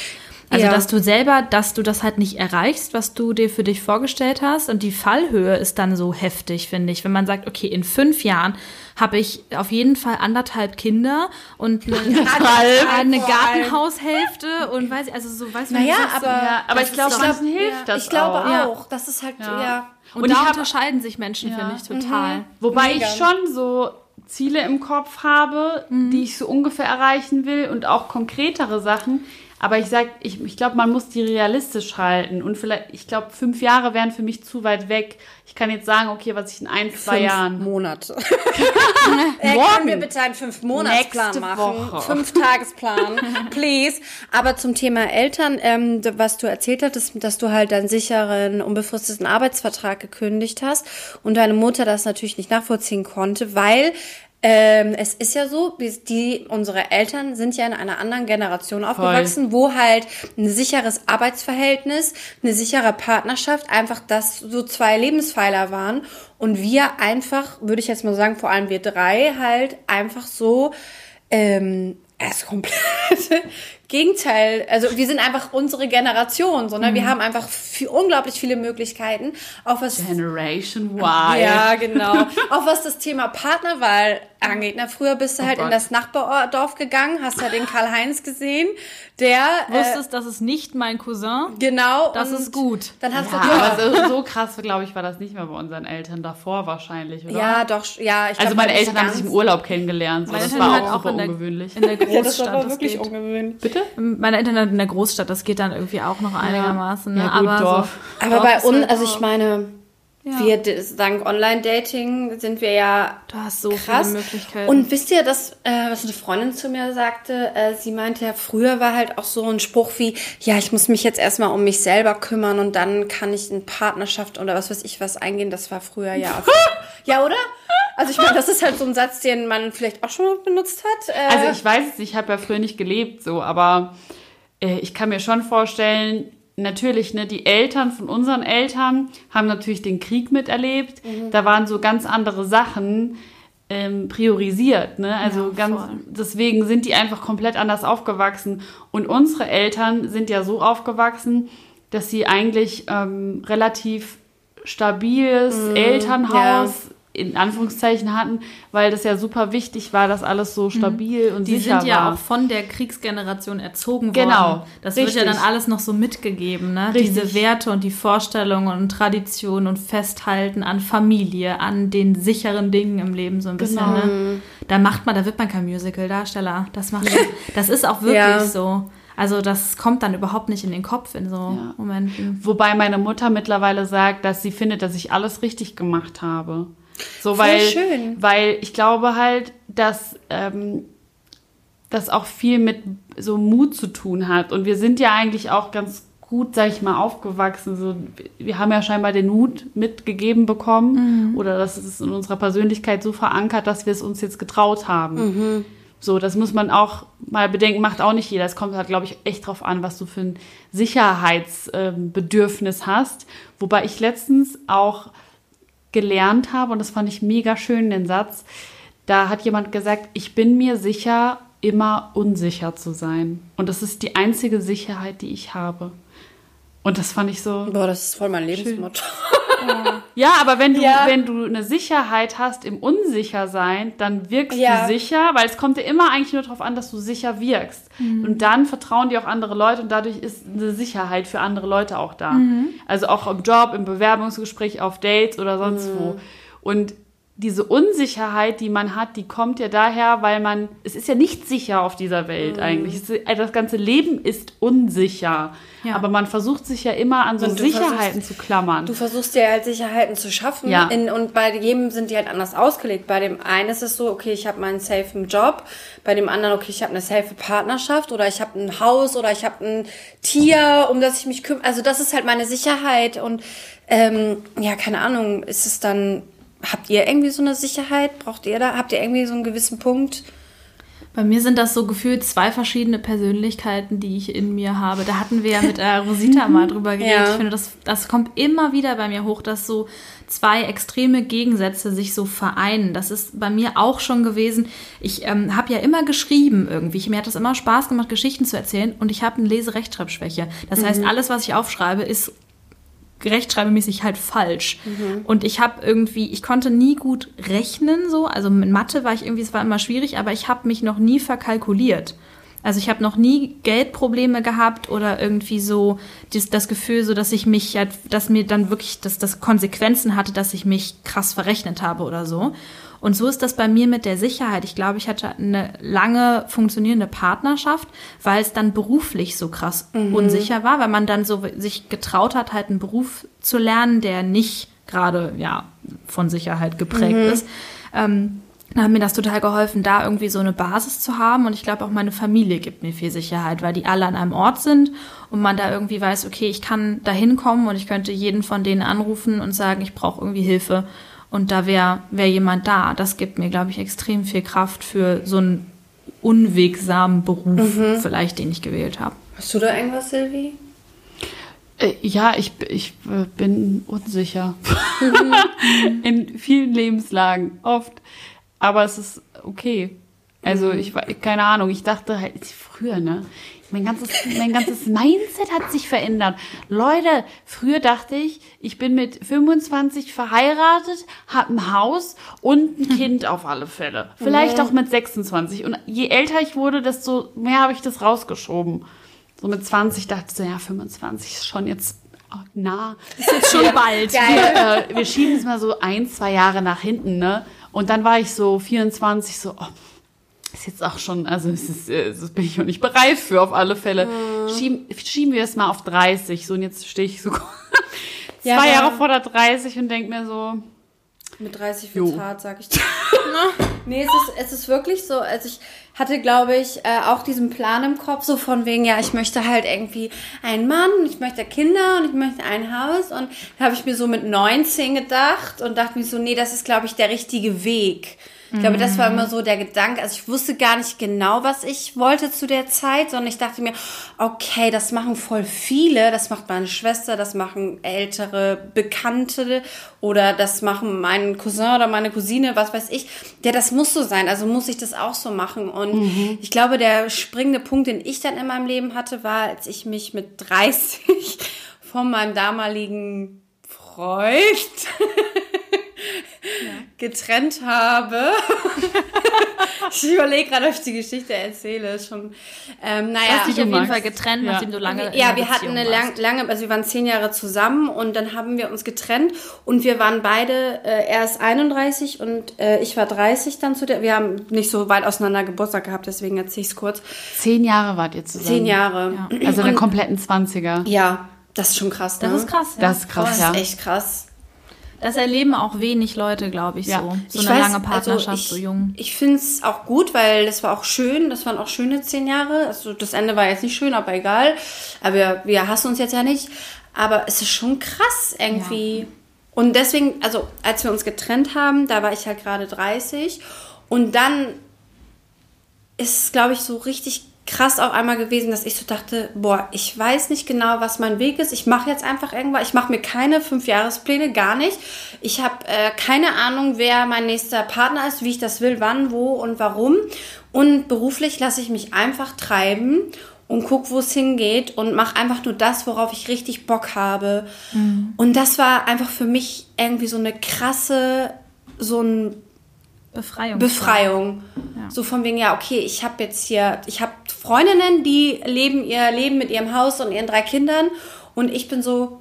Also, Ja. dass du selber, dass du das halt nicht erreichst, was du dir für dich vorgestellt hast. Und die Fallhöhe ist dann so heftig, finde ich. Wenn man sagt, okay, in fünf Jahren habe ich auf jeden Fall anderthalb Kinder und eine, eine Gartenhaushälfte und weiß ich, also so, weißt du, Naja, wie sagst du, aber, Ja, aber ich glaube, das manchen ist- hilft das Ich glaube auch. auch. Ja. Das ist halt, Ja. ja. Und, Und da ich hab- unterscheiden sich Menschen, Ja. finde ich, total. Wobei Mega. ich schon so Ziele im Kopf habe, Mhm. die ich so ungefähr erreichen will und auch konkretere Sachen. Aber ich sag, ich, ich glaube, man muss die realistisch halten. Und vielleicht, ich glaube, fünf Jahre wären für mich zu weit weg. Ich kann jetzt sagen, okay, was ich in ein, zwei Fünf Jahren. Monate. äh, Morgen. können wir bitte einen Fünf-Monats-Plan Nächste machen? Woche. Fünf-Tagesplan, please. Aber zum Thema Eltern, ähm, was du erzählt hattest, dass du halt deinen sicheren, unbefristeten Arbeitsvertrag gekündigt hast und deine Mutter das natürlich nicht nachvollziehen konnte, weil ähm, es ist ja so, die, die, unsere Eltern sind ja in einer anderen Generation aufgewachsen, wo halt ein sicheres Arbeitsverhältnis, eine sichere Partnerschaft einfach das so zwei Lebenspfeiler waren und wir einfach, würde ich jetzt mal sagen, vor allem wir drei halt einfach so ähm, das komplette Gegenteil, also wir sind einfach unsere Generation, sondern Mhm. wir haben einfach viel, unglaublich viele Möglichkeiten, auf was Generation Y. ja, genau. Auch was das Thema Partnerwahl angeht. Na, früher bist du halt Gott. in das Nachbardorf gegangen, hast da den Karl-Heinz gesehen, der äh, Wusstest, das ist nicht mein Cousin? genau. Das und ist gut. Dann hast Ja, du ja, aber so, so krass, glaube ich, war das nicht mehr bei unseren Eltern davor wahrscheinlich, oder? ja, doch, ja. Ich Also glaub, meine nicht Eltern haben ganz. sich im Urlaub kennengelernt. So. Meine Das Eltern war halt auch auch super in der, ungewöhnlich. in der Ja, das Großstadt. war das wirklich geht. ungewöhnlich. Bitte? Meine Eltern halt in der Großstadt, das geht dann irgendwie auch noch einigermaßen. Ne? Ja, gut, aber Dorf. So, Aber Dorf bei ist uns, halt also auch- ich meine, Ja. wir d- dank Online-Dating sind wir ja Du hast so krass. viele Möglichkeiten. Und wisst ihr, dass, äh, was eine Freundin zu mir sagte, äh, sie meinte ja, früher war halt auch so ein Spruch wie, ja, ich muss mich jetzt erstmal um mich selber kümmern und dann kann ich in Partnerschaft oder was weiß ich was eingehen. Das war früher ja auf ja, oder? Also ich meine, das ist halt so ein Satz, den man vielleicht auch schon mal benutzt hat. Äh, Also ich weiß es nicht, ich habe ja früher nicht gelebt, so, aber äh, ich kann mir schon vorstellen, natürlich, ne, die Eltern von unseren Eltern haben natürlich den Krieg miterlebt. Da waren so ganz andere Sachen ähm, priorisiert, ne? Also Ja, ganz voll. deswegen sind die einfach komplett anders aufgewachsen. Und unsere Eltern sind ja so aufgewachsen, dass sie eigentlich ähm, relativ stabiles Elternhaus in Anführungszeichen hatten, weil das ja super wichtig war, dass alles so stabil und die sicher sind ja war. auch von der Kriegsgeneration erzogen Genau, worden. Das wird ja richtig. dann alles noch so mitgegeben, ne? Richtig. Diese Werte und die Vorstellungen und Traditionen und Festhalten an Familie, an den sicheren Dingen im Leben so ein bisschen, Genau. ne? Da macht man, da wird man kein Musical-Darsteller. Das macht man, das ist auch wirklich Ja. so. Also das kommt dann überhaupt nicht in den Kopf in so Ja. Momenten. Wobei meine Mutter mittlerweile sagt, dass sie findet, dass ich alles richtig gemacht habe. So, Voll weil, schön. weil ich glaube halt, dass ähm, das auch viel mit so Mut zu tun hat. Und wir sind ja eigentlich auch ganz gut, sag ich mal, aufgewachsen. So, wir haben ja scheinbar den Mut mitgegeben bekommen. Oder das ist in unserer Persönlichkeit so verankert, dass wir es uns jetzt getraut haben. So, das muss man auch mal bedenken, macht auch nicht jeder. Es kommt halt, glaube ich, echt drauf an, was du für ein Sicherheitsbedürfnis hast. Wobei ich letztens auch gelernt habe, und das fand ich mega schön, den Satz, da hat jemand gesagt, ich bin mir sicher, immer unsicher zu sein. Und das ist die einzige Sicherheit, die ich habe. Und das fand ich so... boah, das ist voll mein Lebensmotto. Ja, aber wenn du, Ja. wenn du eine Sicherheit hast im Unsichersein, dann wirkst Ja. du sicher, weil es kommt dir immer eigentlich nur darauf an, dass du sicher wirkst. Und dann vertrauen dir auch andere Leute und dadurch ist eine Sicherheit für andere Leute auch da. Also auch im Job, im Bewerbungsgespräch, auf Dates oder sonst wo. Und diese Unsicherheit, die man hat, die kommt ja daher, weil man, es ist ja nicht sicher auf dieser Welt eigentlich. Es ist, das ganze Leben ist unsicher. Ja. Aber man versucht sich ja immer an so Und du Sicherheiten versuchst- zu klammern. Du versuchst dir halt Sicherheiten zu schaffen Ja. in, und bei jedem sind die halt anders ausgelegt. Bei dem einen ist es so, okay, ich habe meinen safen Job. Bei dem anderen, okay, ich habe eine safe Partnerschaft oder ich habe ein Haus oder ich habe ein Tier, um das ich mich kümmere. Also das ist halt meine Sicherheit und ähm, ja, keine Ahnung, ist es dann, habt ihr irgendwie so eine Sicherheit? Braucht ihr da, habt ihr irgendwie so einen gewissen Punkt? Bei mir sind das so gefühlt zwei verschiedene Persönlichkeiten, die ich in mir habe. Da hatten wir ja mit äh, Rosita mal drüber geredet. Ja. Ich finde, das, das kommt immer wieder bei mir hoch, dass so zwei extreme Gegensätze sich so vereinen. Das ist bei mir auch schon gewesen. Ich ähm, habe ja immer geschrieben irgendwie. Ich, mir hat das immer Spaß gemacht, Geschichten zu erzählen. Und ich habe eine Lese-Rechtschreibschwäche. Das mhm. heißt, alles, was ich aufschreibe, ist rechtschreibemäßig halt falsch. Mhm. Und ich habe irgendwie, ich konnte nie gut rechnen so, also in Mathe war ich irgendwie, es war immer schwierig, aber ich habe mich noch nie verkalkuliert. Also ich habe noch nie Geldprobleme gehabt oder irgendwie so das, das Gefühl, so dass ich mich, halt, dass mir dann wirklich, dass das Konsequenzen hatte, dass ich mich krass verrechnet habe oder so. Und so ist das bei mir mit der Sicherheit. Ich glaube, ich hatte eine lange funktionierende Partnerschaft, weil es dann beruflich so krass mhm. unsicher war, weil man dann so sich getraut hat, halt einen Beruf zu lernen, der nicht gerade ja von Sicherheit geprägt mhm. ist. Ähm, da hat mir das total geholfen, da irgendwie so eine Basis zu haben. Und ich glaube, auch meine Familie gibt mir viel Sicherheit, weil die alle an einem Ort sind und man da irgendwie weiß, okay, ich kann da hinkommen und ich könnte jeden von denen anrufen und sagen, ich brauche irgendwie Hilfe. Und da wäre wär jemand da. Das gibt mir, glaube ich, extrem viel Kraft für so einen unwegsamen Beruf, mhm. vielleicht, den ich gewählt habe. Hast du da irgendwas, Silvi? Äh, ja, ich, ich äh, bin unsicher. Mhm. In vielen Lebenslagen, oft. Aber es ist okay. Also, ich war, keine Ahnung, ich dachte halt, früher, ne? Mein ganzes, mein ganzes Mindset hat sich verändert. Leute, früher dachte ich, ich bin mit fünfundzwanzig verheiratet, habe ein Haus und ein Kind auf alle Fälle. Vielleicht auch mit sechsundzwanzig. Und je älter ich wurde, desto mehr habe ich das rausgeschoben. So mit zwanzig dachte ich so, ja, fünfundzwanzig ist schon jetzt nah. Ist jetzt schon bald. Wir, äh, wir schieben es mal so ein, zwei Jahre nach hinten, ne? Und dann war ich so vierundzwanzig, so, oh, ist jetzt auch schon, also es ist, das bin ich noch nicht bereit für, auf alle Fälle. Mhm. Schieben, schieben wir es mal auf dreißig. So, und jetzt stehe ich so ja, zwei Jahre vor der dreißig und denke mir so... Mit dreißig wird's hart, sag ich dir. Nee, es ist, es ist wirklich so, also ich hatte, glaube ich, äh, auch diesen Plan im Kopf, so von wegen, ja, ich möchte halt irgendwie einen Mann, ich möchte Kinder und ich möchte ein Haus. Und da habe ich mir so mit neunzehn gedacht und dachte mir so, nee, das ist, glaube ich, der richtige Weg. Ich glaube, das war immer so der Gedanke. Also ich wusste gar nicht genau, was ich wollte zu der Zeit, sondern ich dachte mir, okay, das machen voll viele. Das macht meine Schwester, das machen ältere Bekannte oder das machen mein Cousin oder meine Cousine, was weiß ich. Ja, das muss so sein. Also muss ich das auch so machen. Und mhm. ich glaube, der springende Punkt, den ich dann in meinem Leben hatte, war, als ich mich mit dreißig von meinem damaligen Freund ja. getrennt habe. Ich überlege gerade, ob ich die Geschichte erzähle. Schon, ähm, naja. Du hast dich auf jeden Fall getrennt, ja. nachdem du lange okay. Ja, wir hatten eine lang, lange, also wir waren zehn Jahre zusammen und dann haben wir uns getrennt und wir waren beide, äh, er ist einunddreißig und äh, ich war dreißig dann zu der, wir haben nicht so weit auseinander Geburtstag gehabt, deswegen erzähle ich es kurz. Zehn Jahre wart ihr zusammen? Zehn Jahre. Ja. Also in den kompletten zwanziger. Ja, das ist schon krass, ne? Das ist krass, ja. Das ist krass, das ja. ist echt krass. Das erleben auch wenig Leute, glaube ich, ja. so. So ich eine weiß, lange Partnerschaft, also ich, so jung. Ich finde es auch gut, weil das war auch schön. Das waren auch schöne zehn Jahre. Also das Ende war jetzt nicht schön, aber egal. Aber wir, wir hassen uns jetzt ja nicht. Aber es ist schon krass irgendwie. Ja. Und deswegen, also als wir uns getrennt haben, da war ich halt gerade dreißig. Und dann ist es, glaube ich, so richtig krass auch einmal gewesen, dass ich so dachte, boah, ich weiß nicht genau, was mein Weg ist. Ich mache jetzt einfach irgendwas. Ich mache mir keine Fünfjahrespläne, gar nicht. Ich habe äh, keine Ahnung, wer mein nächster Partner ist, wie ich das will, wann, wo und warum. Und beruflich lasse ich mich einfach treiben und guck, wo es hingeht und mache einfach nur das, worauf ich richtig Bock habe. Mhm. Und das war einfach für mich irgendwie so eine krasse, so ein Befreiung. Befreiung. Ja. So von wegen, ja, okay, ich habe jetzt hier, ich habe Freundinnen, die leben ihr Leben mit ihrem Haus und ihren drei Kindern und ich bin so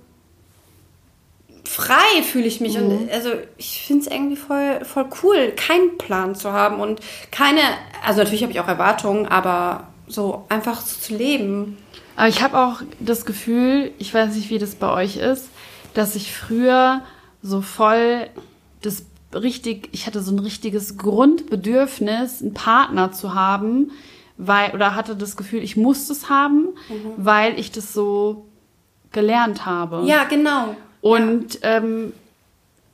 frei, fühle ich mich. Mhm. Und also ich finde es irgendwie voll, voll cool, keinen Plan zu haben und keine, also natürlich habe ich auch Erwartungen, aber so einfach so zu leben. Aber ich habe auch das Gefühl, ich weiß nicht, wie das bei euch ist, dass ich früher so voll das richtig, ich hatte so ein richtiges Grundbedürfnis, einen Partner zu haben, weil, oder hatte das Gefühl, ich muss es haben, mhm. weil ich das so gelernt habe. Ja, genau. Und ja. Ähm,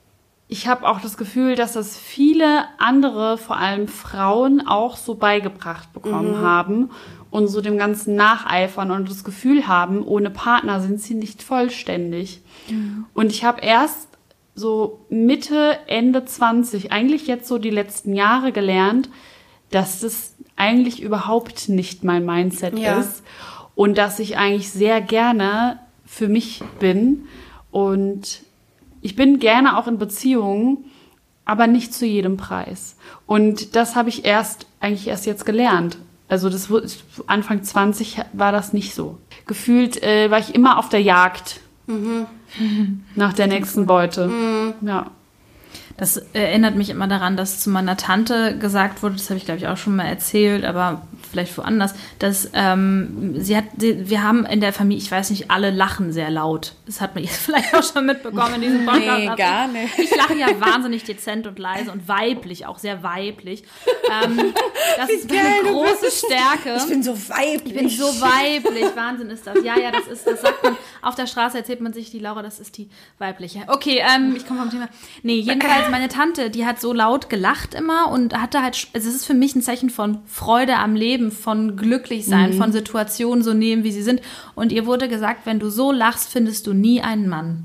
ich habe auch das Gefühl, dass das viele andere, vor allem Frauen, auch so beigebracht bekommen mhm. haben und so dem Ganzen nacheifern und das Gefühl haben, ohne Partner sind sie nicht vollständig. Mhm. Und ich habe erst so Mitte, Ende zwanzig, eigentlich jetzt so die letzten Jahre gelernt, dass das eigentlich überhaupt nicht mein Mindset ja. ist und dass ich eigentlich sehr gerne für mich bin und ich bin gerne auch in Beziehungen, aber nicht zu jedem Preis. Und das habe ich erst, eigentlich erst jetzt gelernt. Also das Anfang zwanzig war das nicht so. Gefühlt äh, war ich immer auf der Jagd mhm. nach der nächsten Beute. Mhm. Ja. Das erinnert mich immer daran, dass zu meiner Tante gesagt wurde, das habe ich glaube ich auch schon mal erzählt, aber vielleicht woanders, dass ähm, sie hat, sie, wir haben in der Familie, ich weiß nicht, alle lachen sehr laut. Das hat man jetzt vielleicht auch schon mitbekommen in diesem Podcast. Nee, gar nicht. Ich lache ja wahnsinnig dezent und leise und weiblich, auch sehr weiblich. Ähm, das Wie ist geil, eine große Stärke. Ich bin so weiblich. Ich bin so weiblich. Wahnsinn ist das. Ja, ja, das ist, das sagt man, auf der Straße erzählt man sich, die Laura, das ist die weibliche. Okay, ähm, ich komme vom Thema. Nee, jedenfalls meine Tante, die hat so laut gelacht immer und hatte halt, also es ist für mich ein Zeichen von Freude am Leben, von glücklich sein, mhm. von Situationen so nehmen, wie sie sind. Und ihr wurde gesagt, wenn du so lachst, findest du nie einen Mann.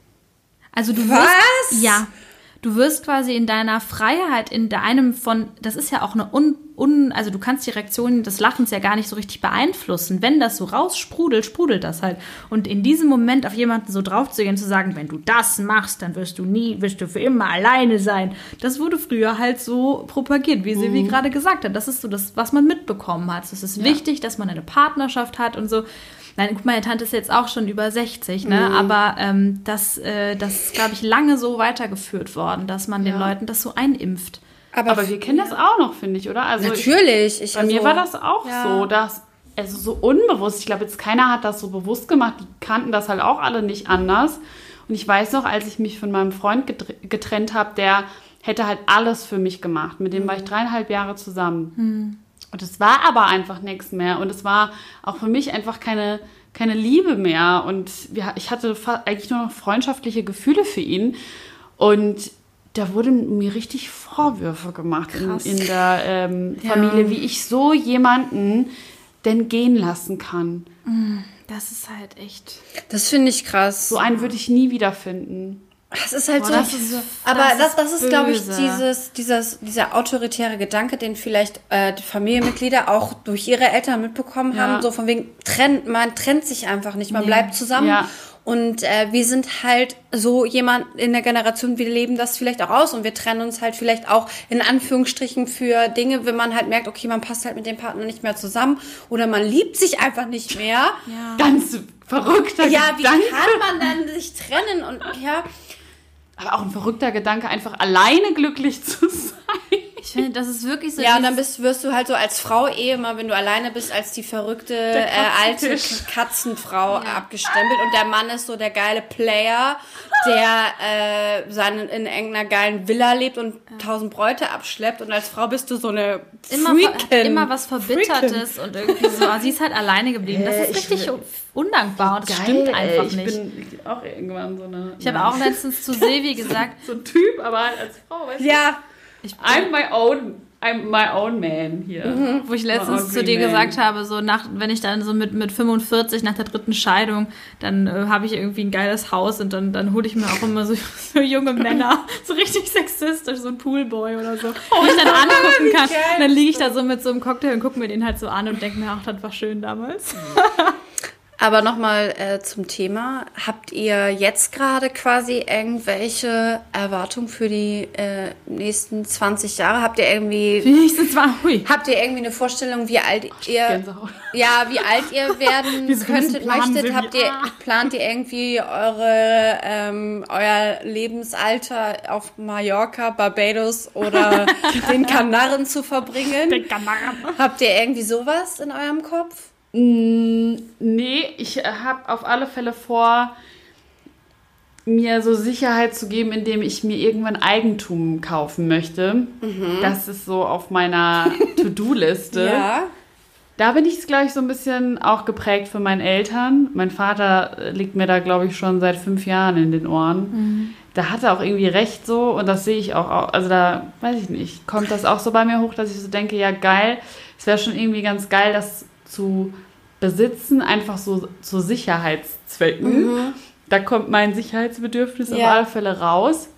Also du wirst, Was? Ja, du wirst quasi in deiner Freiheit, in deinem von, das ist ja auch eine un, un also du kannst die Reaktion des Lachens ja gar nicht so richtig beeinflussen. Wenn das so raussprudelt, sprudelt das halt. Und in diesem Moment auf jemanden so draufzugehen, zu sagen, wenn du das machst, dann wirst du nie, wirst du für immer alleine sein. Das wurde früher halt so propagiert, wie sie mhm. wie gerade gesagt hat. Das ist so das, was man mitbekommen hat. Es ist ja. wichtig, dass man eine Partnerschaft hat und so. Nein, guck, meine Tante ist jetzt auch schon über sechzig, ne? Mhm. Aber ähm, das, äh, das ist, glaube ich, lange so weitergeführt worden, dass man ja. den Leuten das so einimpft. Aber, Aber wir kennen das auch noch, finde ich, oder? Also natürlich. Ich, bei also, mir war das auch ja. so, dass, also so unbewusst, ich glaube, jetzt keiner hat das so bewusst gemacht, die kannten das halt auch alle nicht anders. Und ich weiß noch, als ich mich von meinem Freund getrennt habe, der hätte halt alles für mich gemacht. Mit dem mhm. war ich dreieinhalb Jahre zusammen. Mhm. Und es war aber einfach nichts mehr. Und es war auch für mich einfach keine, keine Liebe mehr. Und wir, ich hatte eigentlich nur noch freundschaftliche Gefühle für ihn. Und da wurden mir richtig Vorwürfe gemacht in, in der ähm, ja. Familie, wie ich so jemanden denn gehen lassen kann. Das ist halt echt... Das finde ich krass. So einen würde ich nie wiederfinden. Das ist halt Boah, so, das ist so, aber das, das ist, böse. glaube ich, dieses, dieses, dieser autoritäre Gedanke, den vielleicht äh, die Familienmitglieder auch durch ihre Eltern mitbekommen ja. haben, so von wegen, trennt, man trennt sich einfach nicht, man nee. bleibt zusammen. Ja. Und äh, wir sind halt so jemand in der Generation, wir leben das vielleicht auch aus und wir trennen uns halt vielleicht auch in Anführungsstrichen für Dinge, wenn man halt merkt, okay, man passt halt mit dem Partner nicht mehr zusammen oder man liebt sich einfach nicht mehr. Ja. Ganz verrückter ja, Gedanke. Ja, wie kann man dann sich trennen und ja... Aber auch ein verrückter Gedanke, einfach alleine glücklich zu sein. Ich finde, das ist wirklich so. Ja, und dann bist, wirst du halt so als Frau eh immer, wenn du alleine bist, als die verrückte äh, alte Katzenfrau ja. abgestempelt. Und der Mann ist so der geile Player, der äh, seinen, in irgendeiner geilen Villa lebt und ja. tausend Bräute abschleppt. Und als Frau bist du so eine immer, Freakin. Immer was Verbittertes Freakin. Und irgendwie so. Sie ist halt alleine geblieben. Das ist richtig will, undankbar und das geil, stimmt einfach ey, ich nicht. Ich bin auch irgendwann so eine... Ich habe auch letztens zu Silvi gesagt... So ein Typ, aber halt als Frau, weißt du? Ja. Ich I'm my own, I'm my own man hier. Mhm. Wo ich letztens zu dir man. gesagt habe, so nach, wenn ich dann so mit, mit fünfundvierzig nach der dritten Scheidung, dann äh, habe ich irgendwie ein geiles Haus und dann, dann hole ich mir auch immer so, so junge Männer, so richtig sexistisch, so ein Poolboy oder so, wo ich dann angucken kann. Und dann liege ich da so mit so einem Cocktail und gucke mir den halt so an und denke mir, ach, das war schön damals. Aber nochmal äh, zum Thema. Habt ihr jetzt gerade quasi irgendwelche Erwartungen für die äh, nächsten zwanzig Jahre? Habt ihr irgendwie... Für die nächsten zwanzig, hui. Habt ihr irgendwie eine Vorstellung, wie alt ihr... Gänsehaut. Ja, wie alt ihr werden so könntet, möchtet? Habt ihr, plant ihr irgendwie eure, ähm, euer Lebensalter auf Mallorca, Barbados oder den Kanaren zu verbringen? Den Kanaren. Habt ihr irgendwie sowas in eurem Kopf? Nee, ich habe auf alle Fälle vor, mir so Sicherheit zu geben, indem ich mir irgendwann Eigentum kaufen möchte. Mhm. Das ist so auf meiner To-Do-Liste. Ja. Da bin ich, glaube ich, so ein bisschen auch geprägt von meinen Eltern. Mein Vater liegt mir da, glaube ich, schon seit fünf Jahren in den Ohren. Mhm. Da hat er auch irgendwie recht so und das sehe ich auch, also da, weiß ich nicht, kommt das auch so bei mir hoch, dass ich so denke, ja geil, es wäre schon irgendwie ganz geil, das zu besitzen, einfach so zu Sicherheitszwecken. Mhm. Da kommt mein Sicherheitsbedürfnis ja. auf alle Fälle raus.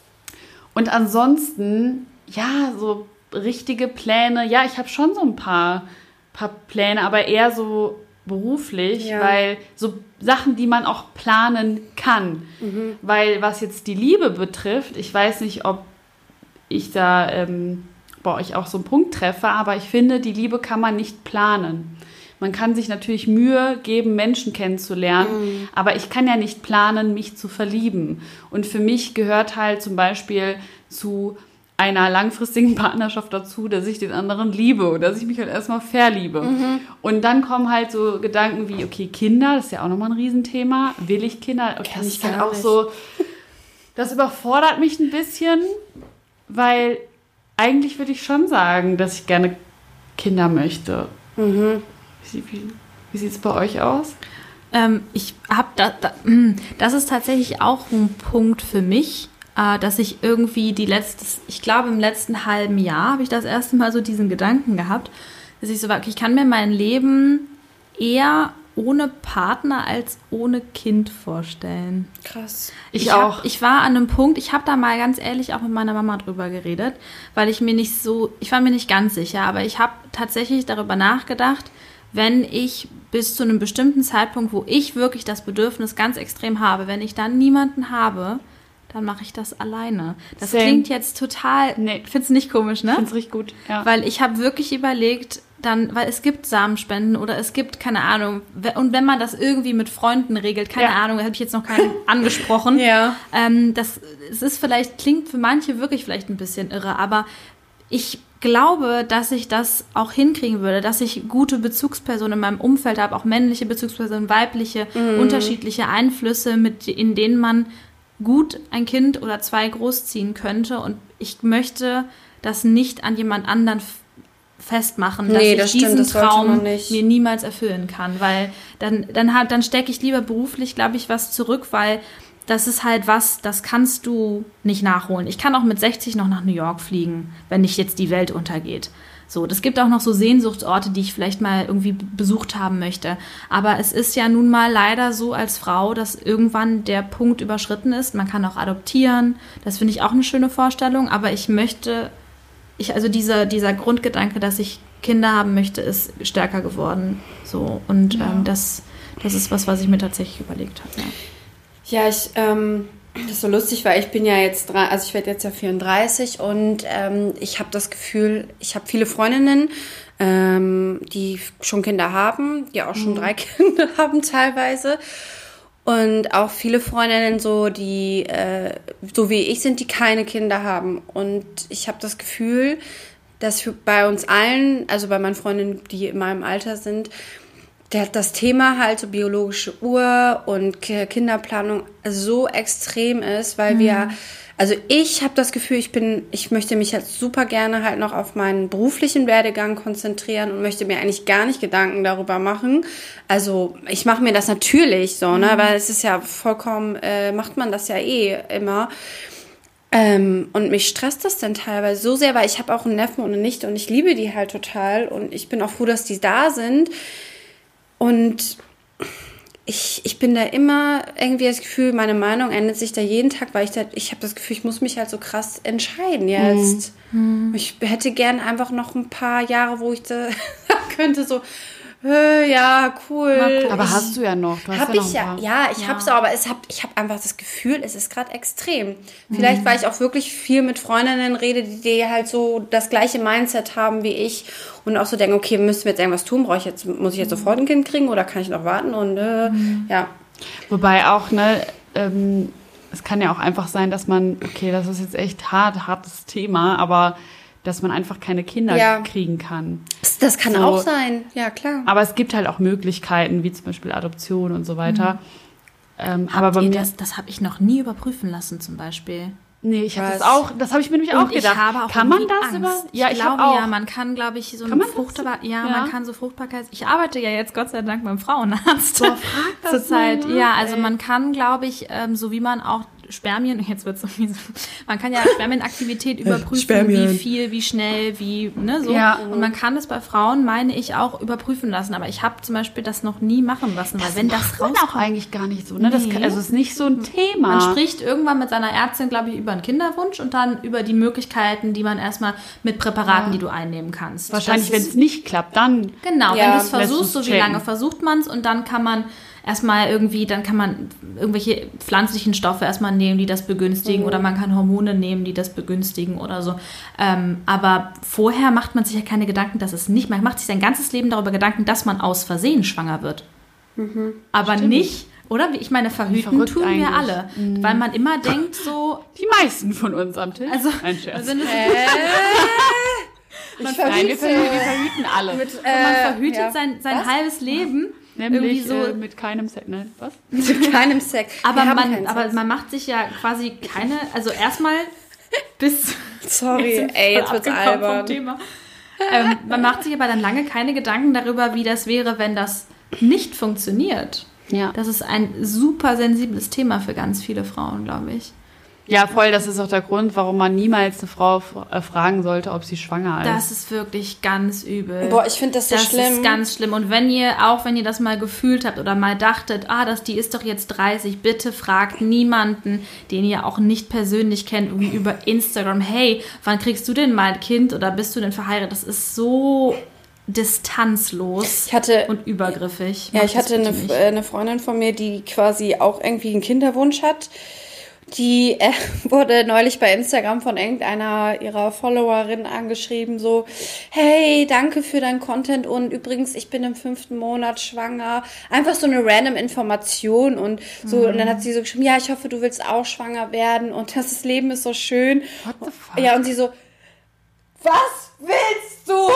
Und ansonsten, ja, so richtige Pläne, ja, ich habe schon so ein paar paar Pläne, aber eher so beruflich, ja. weil so Sachen, die man auch planen kann. Mhm. Weil was jetzt die Liebe betrifft, ich weiß nicht, ob ich da ähm, bei euch auch so einen Punkt treffe, aber ich finde, die Liebe kann man nicht planen. Man kann sich natürlich Mühe geben, Menschen kennenzulernen, mhm. aber ich kann ja nicht planen, mich zu verlieben. Und für mich gehört halt zum Beispiel zu einer langfristigen Partnerschaft dazu, dass ich den anderen liebe und dass ich mich halt erstmal verliebe. Mhm. Und dann kommen halt so Gedanken wie, okay, Kinder, das ist ja auch nochmal ein Riesenthema. Will ich Kinder? Okay, das ist halt auch nicht. so, das überfordert mich ein bisschen, weil eigentlich würde ich schon sagen, dass ich gerne Kinder möchte. Mhm. Wie, wie, wie sieht es bei euch aus? Ähm, ich habe da, da, das ist tatsächlich auch ein Punkt für mich, dass ich irgendwie die letztes, ich glaube im letzten halben Jahr habe ich das erste Mal so diesen Gedanken gehabt, dass ich so war, okay, ich kann mir mein Leben eher ohne Partner als ohne Kind vorstellen. Krass. Ich, ich auch. Hab, ich war an einem Punkt, ich habe da mal ganz ehrlich auch mit meiner Mama drüber geredet, weil ich mir nicht so, ich war mir nicht ganz sicher, aber ich habe tatsächlich darüber nachgedacht, wenn ich bis zu einem bestimmten Zeitpunkt, wo ich wirklich das Bedürfnis ganz extrem habe, wenn ich dann niemanden habe, dann mache ich das alleine. Das Same. Klingt jetzt total, nee. Findest du nicht komisch, ne? Ich finde es richtig gut, ja. Weil ich habe wirklich überlegt, dann, weil es gibt Samenspenden oder es gibt, keine Ahnung, und wenn man das irgendwie mit Freunden regelt, keine ja. Ahnung, da habe ich jetzt noch keinen angesprochen. Ja. Ähm, das, es ist vielleicht, klingt für manche wirklich vielleicht ein bisschen irre, aber ich glaube, dass ich das auch hinkriegen würde, dass ich gute Bezugspersonen in meinem Umfeld habe, auch männliche Bezugspersonen, weibliche, mm. unterschiedliche Einflüsse, mit, in denen man gut ein Kind oder zwei großziehen könnte und ich möchte das nicht an jemand anderen f- festmachen, dass nee, ich das diesen stimmt, das Traum mir niemals erfüllen kann, weil dann, dann, dann stecke ich lieber beruflich, glaube ich, was zurück, weil das ist halt was, das kannst du nicht nachholen. Ich kann auch mit sechzig noch nach New York fliegen, wenn nicht jetzt die Welt untergeht. So, das gibt auch noch so Sehnsuchtsorte, die ich vielleicht mal irgendwie besucht haben möchte. Aber es ist ja nun mal leider so als Frau, dass irgendwann der Punkt überschritten ist. Man kann auch adoptieren. Das finde ich auch eine schöne Vorstellung. Aber ich möchte, ich, also dieser, dieser Grundgedanke, dass ich Kinder haben möchte, ist stärker geworden. So, und ja. ähm, das, das ist was, was ich mir tatsächlich überlegt habe. Ja, ja ich, ähm, das ist so lustig, weil ich bin ja jetzt, also ich werde jetzt ja vierunddreißig und ähm, ich habe das Gefühl, ich habe viele Freundinnen, ähm, die schon Kinder haben, die auch schon mhm. drei Kinder haben teilweise. Und auch viele Freundinnen so, die äh, so wie ich sind, die keine Kinder haben. Und ich habe das Gefühl, dass für, bei uns allen, also bei meinen Freundinnen, die in meinem Alter sind, der, das Thema halt so biologische Uhr und Kinderplanung so extrem ist, weil mhm. wir, also ich habe das Gefühl, ich bin, ich möchte mich halt super gerne halt noch auf meinen beruflichen Werdegang konzentrieren und möchte mir eigentlich gar nicht Gedanken darüber machen. Also ich mache mir das natürlich so, ne, mhm. aber es ist ja vollkommen, äh, macht man das ja eh immer. Ähm, und mich stresst das dann teilweise so sehr, weil ich habe auch einen Neffen und eine Nichte und ich liebe die halt total und ich bin auch froh, dass die da sind. Und ich, ich bin da immer irgendwie das Gefühl, meine Meinung ändert sich da jeden Tag, weil ich da, ich habe das Gefühl, ich muss mich halt so krass entscheiden jetzt. Mhm. Ich hätte gern einfach noch ein paar Jahre, wo ich da könnte so, äh, ja, cool. Aber ich, hast du ja noch. Du hast hab ja, noch ich ja, ja, ich ja. hab's auch, aber es hab, ich habe einfach das Gefühl, es ist gerade extrem. Vielleicht, mhm. weil ich auch wirklich viel mit Freundinnen rede, die, die halt so das gleiche Mindset haben wie ich und auch so denken, okay, müssen wir jetzt irgendwas tun? Brauche ich jetzt, muss ich jetzt sofort ein Kind kriegen oder kann ich noch warten? Und äh, mhm. ja. Wobei auch, ne, ähm, es kann ja auch einfach sein, dass man, okay, das ist jetzt echt hart, hartes Thema, aber dass man einfach keine Kinder ja. kriegen kann. Das, das kann so. auch sein, ja klar. Aber es gibt halt auch Möglichkeiten, wie zum Beispiel Adoption und so weiter. Mhm. Ähm, aber bei mir das das habe ich noch nie überprüfen lassen zum Beispiel. Nee, ich habe Was? das auch, das habe ich mir nämlich Und auch gedacht. ich habe auch kann man irgendwie das Angst. über? Ja, ich, ich habe glaube, auch. ja, man kann, glaube ich, so Kann eine man das? Fruchtbar, ja, Ja. man kann so Fruchtbarkeit. Ich arbeite ja jetzt Gott sei Dank beim Frauenarzt Boah, frag das zurzeit. mal nach, Ja, also ey. man kann, glaube ich, ähm, so wie man auch Spermien, jetzt wird's irgendwie so, man kann ja Spermienaktivität überprüfen, Spermien. wie viel, wie schnell, wie, ne, so. Ja. Und man kann es bei Frauen, meine ich, auch überprüfen lassen. Aber ich habe zum Beispiel das noch nie machen lassen, weil wenn das macht man rauskommt, auch eigentlich gar nicht so, ne? Das Nee. kann, also ist nicht so ein Thema. man spricht irgendwann mit seiner Ärztin, glaube ich, über einen Kinderwunsch und dann über die Möglichkeiten, die man erstmal mit Präparaten, die du einnehmen kannst. Wahrscheinlich, Das wenn ist- es nicht klappt, dann Genau, Ja, wenn du es lässt versuchst, uns so wie checken. lange versucht man es und dann kann man erstmal irgendwie, dann kann man irgendwelche pflanzlichen Stoffe erstmal nehmen, die das begünstigen oder man kann Hormone nehmen, die das begünstigen oder so. Ähm, aber vorher macht man sich ja keine Gedanken, dass es nicht, man macht sich sein ganzes Leben darüber Gedanken, dass man aus Versehen schwanger wird. Aber nicht, oder? Ich meine, verhüten verrückt tun wir eigentlich. alle, weil man immer denkt so, die meisten von uns am Tisch. also, Ein Scherz. also es Ich Nein, wir verhüte verhüten, wir verhüten alle. mit, man äh, verhütet ja. sein, sein Was? halbes Leben. Nämlich irgendwie so, äh, mit keinem Sex. Ne? Was? Mit keinem Sex. aber Wir haben man, keinen aber Sex. man macht sich ja quasi keine, also erstmal bis Sorry, sind ey, voll jetzt wird's abgekommen vom albern. Thema. Ähm, man macht sich aber dann lange keine Gedanken darüber, wie das wäre, wenn das nicht funktioniert. Ja. Das ist ein super sensibles Thema für ganz viele Frauen, glaube ich. Ja, voll, das ist auch der Grund, warum man niemals eine Frau äh, fragen sollte, ob sie schwanger ist. Das ist wirklich ganz übel. Boah, ich finde das so Das schlimm. ist ganz schlimm. Und wenn ihr, auch wenn ihr das mal gefühlt habt oder mal dachtet, ah, das, die ist doch jetzt dreißig, bitte fragt niemanden, den ihr auch nicht persönlich kennt, irgendwie über Instagram, hey, wann kriegst du denn mal ein Kind oder bist du denn verheiratet? Das ist so distanzlos Ich hatte, und übergriffig. ja, Macht ich das hatte eine, bitte nicht. äh, eine Freundin von mir, die quasi auch irgendwie einen Kinderwunsch hat. Die äh, wurde neulich bei Instagram von irgendeiner ihrer Followerinnen angeschrieben, so, hey, danke für dein Content und übrigens, ich bin im fünften Monat schwanger. Einfach so eine random Information und so. Und dann hat sie so geschrieben, ja, ich hoffe, du willst auch schwanger werden und das Leben ist so schön. What the fuck? Ja, und sie so, was willst du?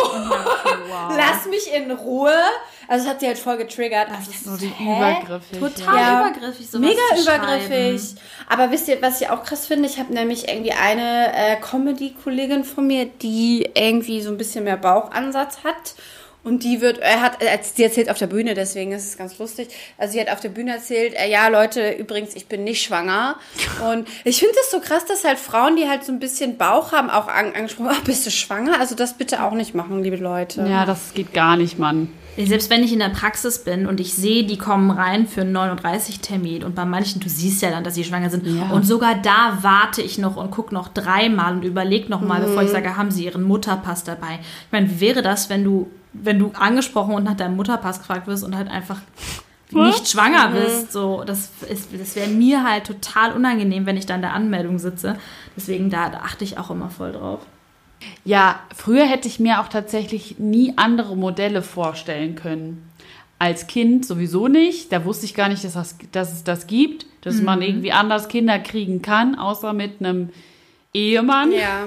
Lass mich in Ruhe. Also das hat sie halt voll getriggert. Das Also, ist So die hä? übergriffig. Total Ja. übergriffig, sowas Mega zu übergriffig. schreiben. Aber wisst ihr, was ich auch krass finde? Ich habe nämlich irgendwie eine äh, Comedy-Kollegin von mir, die irgendwie so ein bisschen mehr Bauchansatz hat. Und die wird, er hat, äh, sie erzählt auf der Bühne, deswegen ist es ganz lustig. Also sie hat auf der Bühne erzählt, äh, ja Leute, übrigens, ich bin nicht schwanger. Und ich finde es so krass, dass halt Frauen, die halt so ein bisschen Bauch haben, auch an, angesprochen, ach, bist du schwanger? Also das bitte auch nicht machen, liebe Leute. Ja, das geht gar nicht, Mann. Selbst wenn ich in der Praxis bin und ich sehe, die kommen rein für einen neununddreißig-Termin und bei manchen, du siehst ja dann, dass sie schwanger sind. Ja. Und sogar da warte ich noch und gucke noch dreimal und überlege noch mal, bevor ich sage, haben sie ihren Mutterpass dabei. Ich meine, wie wäre das, wenn du, wenn du angesprochen und nach deinem Mutterpass gefragt wirst und halt einfach nicht schwanger bist? So, das ist, das wäre mir halt total unangenehm, wenn ich da in der Anmeldung sitze. Deswegen, da, da achte ich auch immer voll drauf. Ja, früher hätte ich mir auch tatsächlich nie andere Modelle vorstellen können. Als Kind sowieso nicht. Da wusste ich gar nicht, dass, das, dass es das gibt. Dass Mhm. man irgendwie anders Kinder kriegen kann, außer mit einem Ehemann. Ja.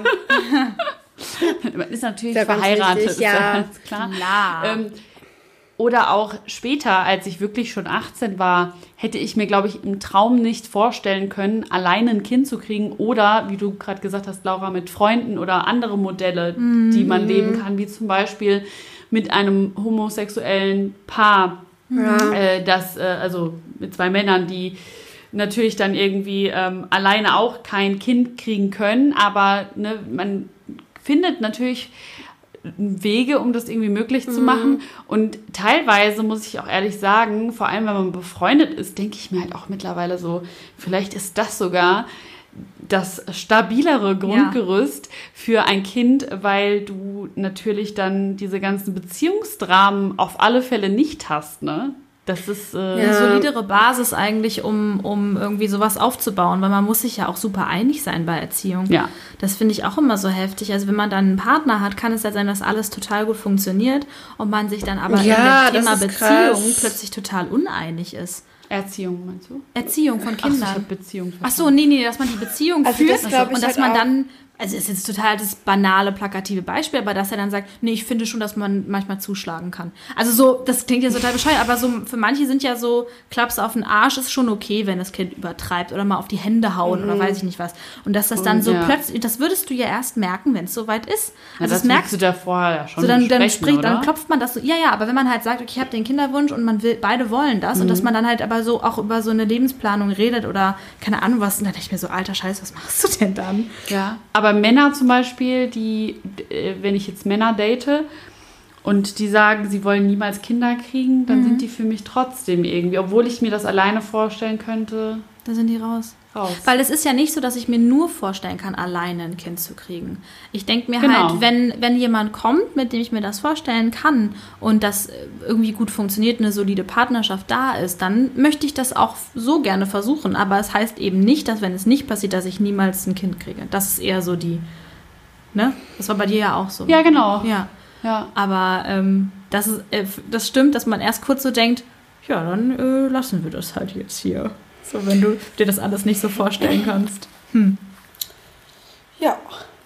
Man ist natürlich Ja, ganz verheiratet, wichtig, ist ja ja. ganz klar. Klar. Ähm, oder auch später, als ich wirklich schon achtzehn war, hätte ich mir, glaube ich, im Traum nicht vorstellen können, alleine ein Kind zu kriegen oder, wie du gerade gesagt hast, Laura, mit Freunden oder andere Modelle, die man leben kann, wie zum Beispiel mit einem homosexuellen Paar, Ja. äh, das, äh, also mit zwei Männern, die natürlich dann irgendwie ähm, alleine auch kein Kind kriegen können, aber ne, man findet natürlich Wege, um das irgendwie möglich zu machen. Und teilweise muss ich auch ehrlich sagen, vor allem wenn man befreundet ist, denke ich mir halt auch mittlerweile so, vielleicht ist das sogar das stabilere Grundgerüst für ein Kind, weil du natürlich dann diese ganzen Beziehungsdramen auf alle Fälle nicht hast, ne? Das ist äh, Eine solidere Basis eigentlich, um, um irgendwie sowas aufzubauen, weil man muss sich ja auch super einig sein bei Erziehung. Ja. Das finde ich auch immer so heftig. Also wenn man dann einen Partner hat, kann es ja sein, dass alles total gut funktioniert und man sich dann aber Ja, in dem Thema das ist Beziehung krass. plötzlich total uneinig ist. Erziehung, meinst du? Erziehung von Ach so, ich Kindern. hab Beziehung Ach so, nee, nee, dass man die Beziehung Also führt das glaub ich und dass halt man auch. dann also ist jetzt total das banale, plakative Beispiel, aber dass er dann sagt, nee, ich finde schon, dass man manchmal zuschlagen kann. Also so, das klingt jetzt total bescheuert, aber so für manche sind ja so, Klaps auf den Arsch ist schon okay, wenn das Kind übertreibt oder mal auf die Hände hauen mhm. oder weiß ich nicht was. Und dass das dann und, so ja. plötzlich, das würdest du ja erst merken, wenn es soweit ist. Also ja, das merkst du da vorher ja schon so dann, dann spricht, oder? Dann klopft man das so, ja, ja, aber wenn man halt sagt, okay, ich habe den Kinderwunsch und man will, beide wollen das mhm. und dass man dann halt aber so auch über so eine Lebensplanung redet oder keine Ahnung was, und dann denke ich mir so, alter Scheiße, was machst du denn dann? Ja, aber Männer zum Beispiel Beispiel, die, wenn ich jetzt Männer date und die sagen, sie wollen niemals Kinder kriegen, dann mhm. sind die für mich trotzdem irgendwie, obwohl ich mir das alleine vorstellen könnte. Da sind die raus. raus. Weil es ist ja nicht so, dass ich mir nur vorstellen kann, alleine ein Kind zu kriegen. Ich denke mir genau. halt, wenn, wenn jemand kommt, mit dem ich mir das vorstellen kann und das irgendwie gut funktioniert, eine solide Partnerschaft da ist, dann möchte ich das auch so gerne versuchen. Aber es heißt eben nicht, dass wenn es nicht passiert, dass ich niemals ein Kind kriege. Das ist eher so die... Ne? Das war bei dir ja auch so. Ja, genau. Ja. Ja. Aber ähm, das, ist, äh, das stimmt, dass man erst kurz so denkt, ja, dann äh, lassen wir das halt jetzt hier. So, wenn du dir das alles nicht so vorstellen kannst. Hm. Ja.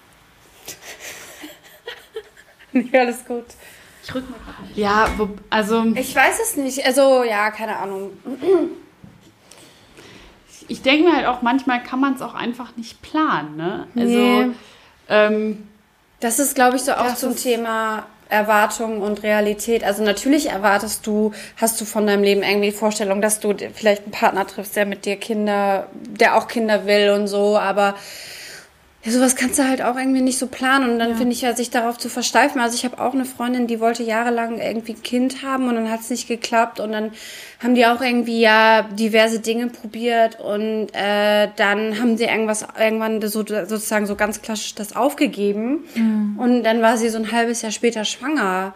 Nee, alles gut. Ich rück mal gerade nicht. Ja, wo, also... Ich weiß es nicht. Also, ja, keine Ahnung. Ich denke mir halt auch, manchmal kann man es auch einfach nicht planen, ne? Also... Nee. Ähm, das ist, glaube ich, so auch das zum Thema Erwartung und Realität. Also natürlich erwartest du, hast du von deinem Leben irgendwie die Vorstellung, dass du vielleicht einen Partner triffst, der mit dir Kinder, der auch Kinder will und so, aber ja, sowas kannst du halt auch irgendwie nicht so planen und dann ja. finde ich ja, sich darauf zu versteifen. Also ich habe auch eine Freundin, die wollte jahrelang irgendwie ein Kind haben und dann hat es nicht geklappt und dann haben die auch irgendwie ja diverse Dinge probiert und äh, dann haben sie irgendwas irgendwann so, sozusagen so ganz klassisch das aufgegeben mhm. und dann war sie so ein halbes Jahr später schwanger.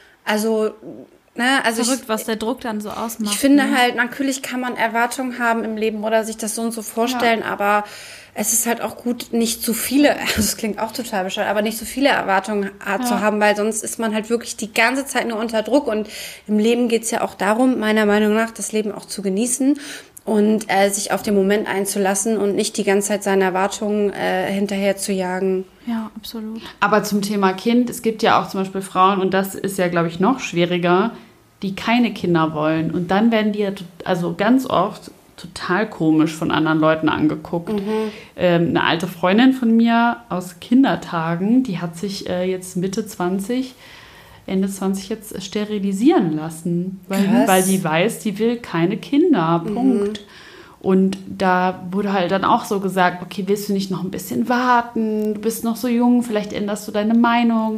Also ne, also verrückt, ich, was der Druck dann so ausmacht. Ich finde ne? halt, natürlich kann man Erwartungen haben im Leben oder sich das so und so vorstellen, ja. aber es ist halt auch gut, nicht zu viele, also es klingt auch total bescheuert, aber nicht so viele Erwartungen ja. zu haben, weil sonst ist man halt wirklich die ganze Zeit nur unter Druck und im Leben geht's ja auch darum, meiner Meinung nach, das Leben auch zu genießen und äh, sich auf den Moment einzulassen und nicht die ganze Zeit seine Erwartungen äh, hinterher zu jagen. Ja, absolut. Aber zum Thema Kind, es gibt ja auch zum Beispiel Frauen, und das ist ja, glaube ich, noch schwieriger, die keine Kinder wollen und dann werden die ja, also ganz oft total komisch von anderen Leuten angeguckt. Mhm. Ähm, eine alte Freundin von mir aus Kindertagen, die hat sich äh, jetzt Mitte zwanzig, Ende zwanzig jetzt sterilisieren lassen, weil, weil die weiß, die will keine Kinder, Punkt. Mhm. Und da wurde halt dann auch so gesagt, okay, willst du nicht noch ein bisschen warten, du bist noch so jung, vielleicht änderst du deine Meinung.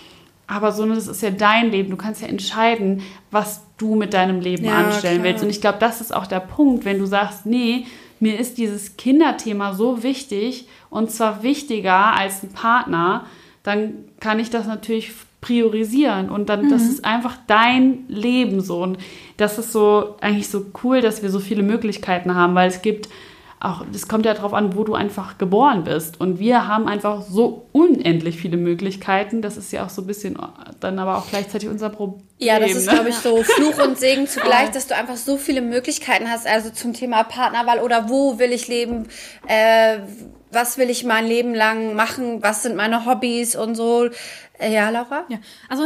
Aber so, das ist ja dein Leben. Du kannst ja entscheiden, was du mit deinem Leben ja, anstellen klar. willst. Und ich glaube, das ist auch der Punkt, wenn du sagst, nee, mir ist dieses Kinderthema so wichtig und zwar wichtiger als ein Partner, dann kann ich das natürlich priorisieren und dann, mhm. das ist einfach dein Leben so. Und das ist so eigentlich so cool, dass wir so viele Möglichkeiten haben, weil es gibt auch, das kommt ja darauf an, wo du einfach geboren bist. Und wir haben einfach so unendlich viele Möglichkeiten. Das ist ja auch so ein bisschen dann aber auch gleichzeitig unser Problem. Ja, das ist, ne? glaube ich, so Fluch und Segen zugleich, dass du einfach so viele Möglichkeiten hast. Also zum Thema Partnerwahl oder wo will ich leben, äh, was will ich mein Leben lang machen, was sind meine Hobbys und so. Äh, ja, Laura? Ja, also... so,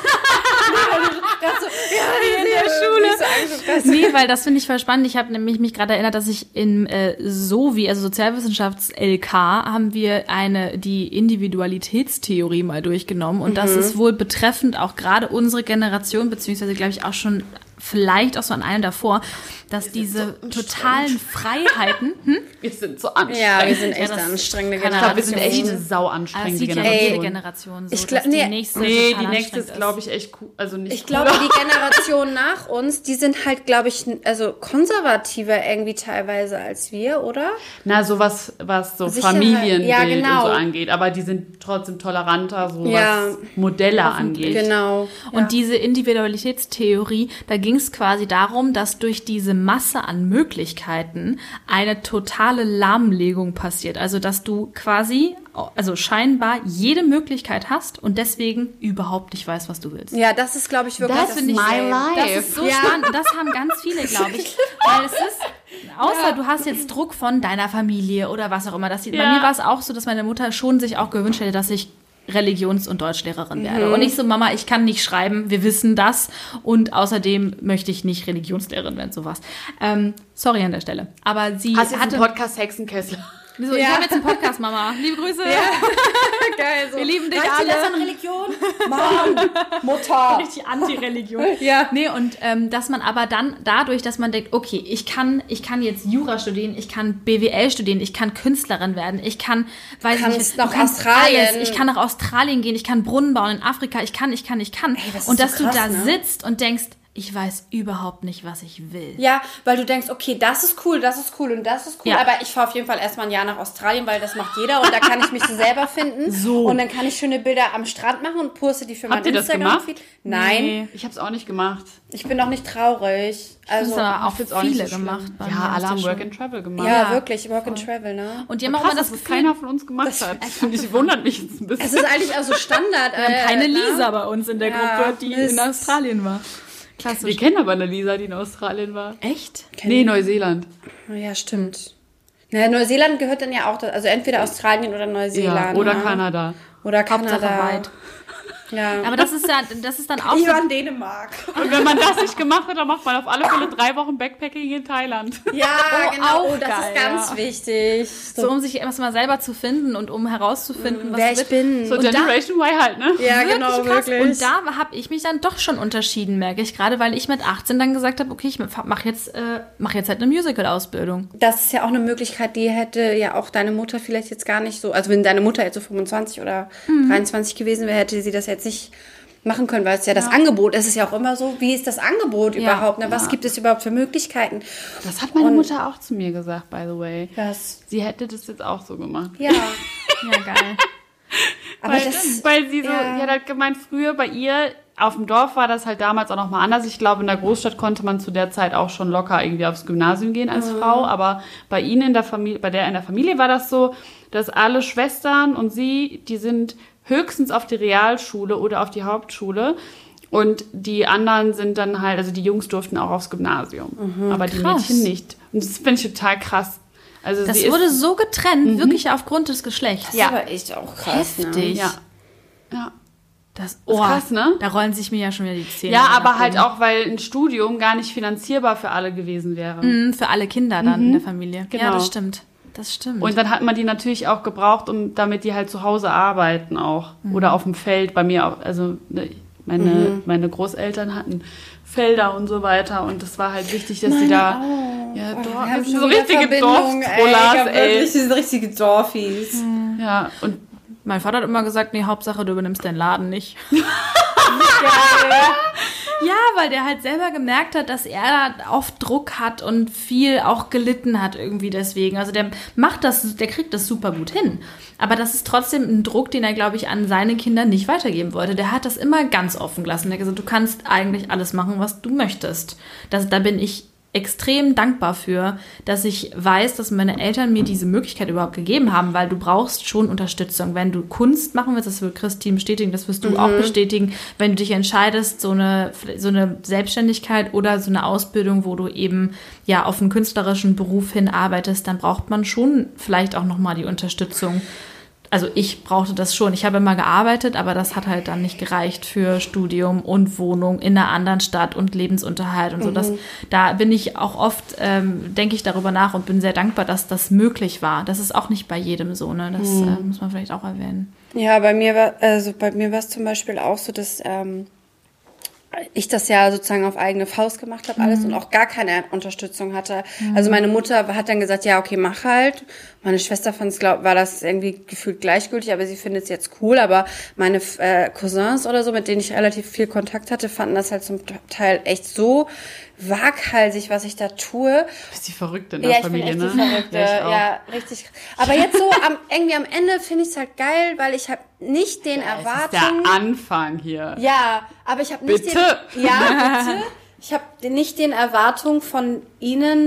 ja, in der Schule. So nee, weil das finde ich voll spannend. Ich habe nämlich mich gerade erinnert, dass ich in äh, SOVI, also Sozialwissenschafts-L K, haben wir eine die Individualitätstheorie mal durchgenommen. Und mhm. das ist wohl betreffend auch gerade unsere Generation, beziehungsweise glaube ich auch schon vielleicht auch so an einem davor, dass diese so totalen Freiheiten... Hm? Wir sind so anstrengend. Ja, wir sind echt ja, anstrengende Generation. Ich glaube, wir sind echt eine sau anstrengende Generation. Ja jede Generation so, ich glaub, dass die nee, nächste Nee, die nächste ist, glaube ich, echt cool. Also nicht ich glaube, die Generation nach uns, die sind halt, glaube ich, also konservativer irgendwie teilweise als wir, oder? Na, so was, was so Sicherheit. Familienbild ja, genau. und so angeht. Aber die sind trotzdem toleranter, so ja. was Modelle angeht. Genau. Und ja. diese Individualitätstheorie, da ging es quasi darum, dass durch diese Masse an Möglichkeiten eine totale Lahmlegung passiert. Also, dass du quasi, also scheinbar jede Möglichkeit hast und deswegen überhaupt nicht weißt, was du willst. Ja, das ist, glaube ich, wirklich das, das my life. Das ist so ja. spannend. Das haben ganz viele, glaube ich. Weil es ist, Außer ja. du hast jetzt Druck von deiner Familie oder was auch immer. Das, ja. Bei mir war es auch so, dass meine Mutter schon sich auch gewünscht hätte, dass ich Religions- und Deutschlehrerin werde. Mhm. Und ich so, Mama, ich kann nicht schreiben, wir wissen das. Und außerdem möchte ich nicht Religionslehrerin werden, sowas. Ähm, sorry an der Stelle. Aber sie Hast du hatte... einen Podcast Hexenkessel? So, ja. Ich habe jetzt einen Podcast, Mama. Liebe Grüße. Ja. Geil, so. Wir lieben dich Reicht alle. Dir das an Religion? Mann, Mutter. Richtig Anti-Religion. Ja. Nee, und ähm, dass man aber dann dadurch, dass man denkt, okay, ich kann, ich kann jetzt Jura studieren, ich kann B W L studieren, ich kann Künstlerin werden, ich kann, weiß ich nicht, nach Australien. Alles. Ich kann nach Australien gehen, ich kann Brunnen bauen in Afrika, ich kann, ich kann, ich kann. Ey, das und dass so krass, du da ne? sitzt und denkst, ich weiß überhaupt nicht, was ich will. Ja, weil du denkst, okay, das ist cool, das ist cool und das ist cool, ja. aber ich fahre auf jeden Fall erstmal ein Jahr nach Australien, weil das macht jeder und da kann ich mich so selber finden. So. Und dann kann ich schöne Bilder am Strand machen und poste die für mein Instagram-Feed. Nein. Nee, ich habe es auch nicht gemacht. Ich bin auch nicht traurig. Also ich auch viele auch nicht so gemacht. Ja, alle haben Work and Travel gemacht. Ja, ja. wirklich, Work and Travel, ne? Und die haben auch immer das Gefühl, was keiner von uns gemacht hat. Ich wundert mich jetzt ein bisschen. Es ist eigentlich auch so Standard. Wir haben keine Lisa bei uns in der ja, Gruppe, die Mist. in Australien war. Klassisch. Wir kennen aber eine Lisa, die in Australien war. Echt? Nee, Neuseeland. Ja, stimmt. Na, Neuseeland gehört dann ja auch, also entweder Australien oder Neuseeland. Ja, oder ne? Kanada. Oder Kanada. Weit. Ja. Aber das ist ja, das ist dann auch ich so... war in Dänemark. Und wenn man das nicht gemacht hat, dann macht man auf alle Fälle drei Wochen Backpacking in Thailand. Ja, oh, genau. Auch oh, das geil, ist ganz ja. wichtig. So, so um sich erstmal selber zu finden und um herauszufinden, was wer ich wird. bin. So und Generation da, Y halt, ne? Ja, wirklich genau, krass. wirklich. Und da habe ich mich dann doch schon unterschieden, merke ich. Gerade weil ich mit achtzehn dann gesagt habe, okay, ich mache jetzt, äh, mach jetzt halt eine Musical-Ausbildung. Das ist ja auch eine Möglichkeit, die hätte ja auch deine Mutter vielleicht jetzt gar nicht so, also wenn deine Mutter jetzt so fünfundzwanzig oder mhm. dreiundzwanzig gewesen wäre, hätte sie das jetzt nicht machen können, weil es ja, ja das Angebot ist. Es ist ja auch immer so, wie ist das Angebot ja. überhaupt? Ne? Was ja. gibt es überhaupt für Möglichkeiten? Das hat meine Und, Mutter auch zu mir gesagt, by the way. Was? Sie hätte das jetzt auch so gemacht. Ja. Ja, geil. Aber weil, das, weil sie so, ja. sie hat halt gemeint, früher bei ihr auf dem Dorf war das halt damals auch nochmal anders. Ich glaube, in der Großstadt konnte man zu der Zeit auch schon locker irgendwie aufs Gymnasium gehen als mhm. Frau. Aber bei ihnen in der Familie, bei der in der Familie war das so, dass alle Schwestern und sie, die sind höchstens auf die Realschule oder auf die Hauptschule. Und die anderen sind dann halt, also die Jungs durften auch aufs Gymnasium. Mhm, aber die krass. Mädchen nicht. Und das finde ich total krass. Also das sie wurde ist, so getrennt, mhm. wirklich aufgrund des Geschlechts. Das ist ja. aber echt auch krass. Heftig. Ne? Ja. ja. Das, oh, das ist krass, ne? Da rollen sich mir ja schon wieder die Zähne. Ja, aber halt auch, weil ein Studium gar nicht finanzierbar für alle gewesen wäre. Mhm, für alle Kinder dann mhm. in der Familie. Genau. Ja, das stimmt. Das stimmt. Und dann hat man die natürlich auch gebraucht, um damit die halt zu Hause arbeiten auch. Mhm. Oder auf dem Feld. Bei mir auch, also meine, mhm. meine Großeltern hatten Felder und so weiter. Und das war halt wichtig, dass sie da... Oh. Ja, oh, Dorf, das sind so richtige Dorftrollas, ey. Wirklich, die sind richtige Dorfies. Mhm. Ja, und mein Vater hat immer gesagt, nee, Hauptsache, du übernimmst deinen Laden nicht. Ja, weil der halt selber gemerkt hat, dass er da oft Druck hat und viel auch gelitten hat irgendwie deswegen. Also der macht das, der kriegt das super gut hin. Aber das ist trotzdem ein Druck, den er, glaube ich, an seine Kinder nicht weitergeben wollte. Der hat das immer ganz offen gelassen. Der hat gesagt, du kannst eigentlich alles machen, was du möchtest. Das, da bin ich extrem dankbar für, dass ich weiß, dass meine Eltern mir diese Möglichkeit überhaupt gegeben haben, weil du brauchst schon Unterstützung. Wenn du Kunst machen willst, das wird Christine bestätigen, das wirst du mhm. auch bestätigen, wenn du dich entscheidest, so eine, so eine Selbstständigkeit oder so eine Ausbildung, wo du eben ja auf einen künstlerischen Beruf hin arbeitest, dann braucht man schon vielleicht auch nochmal die Unterstützung. Also ich brauchte das schon. Ich habe immer gearbeitet, aber das hat halt dann nicht gereicht für Studium und Wohnung in einer anderen Stadt und Lebensunterhalt und so. Mhm. Das, da bin ich auch oft, ähm, denke ich darüber nach und bin sehr dankbar, dass das möglich war. Das ist auch nicht bei jedem so, ne? Das mhm. äh, muss man vielleicht auch erwähnen. Ja, bei mir war, also bei mir war es zum Beispiel auch so, dass ähm, ich das ja sozusagen auf eigene Faust gemacht habe alles mhm. und auch gar keine Unterstützung hatte. Mhm. Also meine Mutter hat dann gesagt, ja, okay, mach halt. Meine Schwester fand es, glaub, war das irgendwie gefühlt gleichgültig, aber sie findet es jetzt cool. Aber meine äh, Cousins oder so, mit denen ich relativ viel Kontakt hatte, fanden das halt zum Teil echt so waghalsig, was ich da tue. Du bist die Verrückte in der ja, Familie, ich bin echt ne? Die Verrückte. Ja, ja, richtig. Aber jetzt so am, irgendwie am Ende finde ich es halt geil, weil ich habe nicht den ja, Erwartungen. Das ist der Anfang hier. Ja, aber ich habe nicht bitte? den. Ja, bitte. Ich habe nicht den Erwartungen von ihnen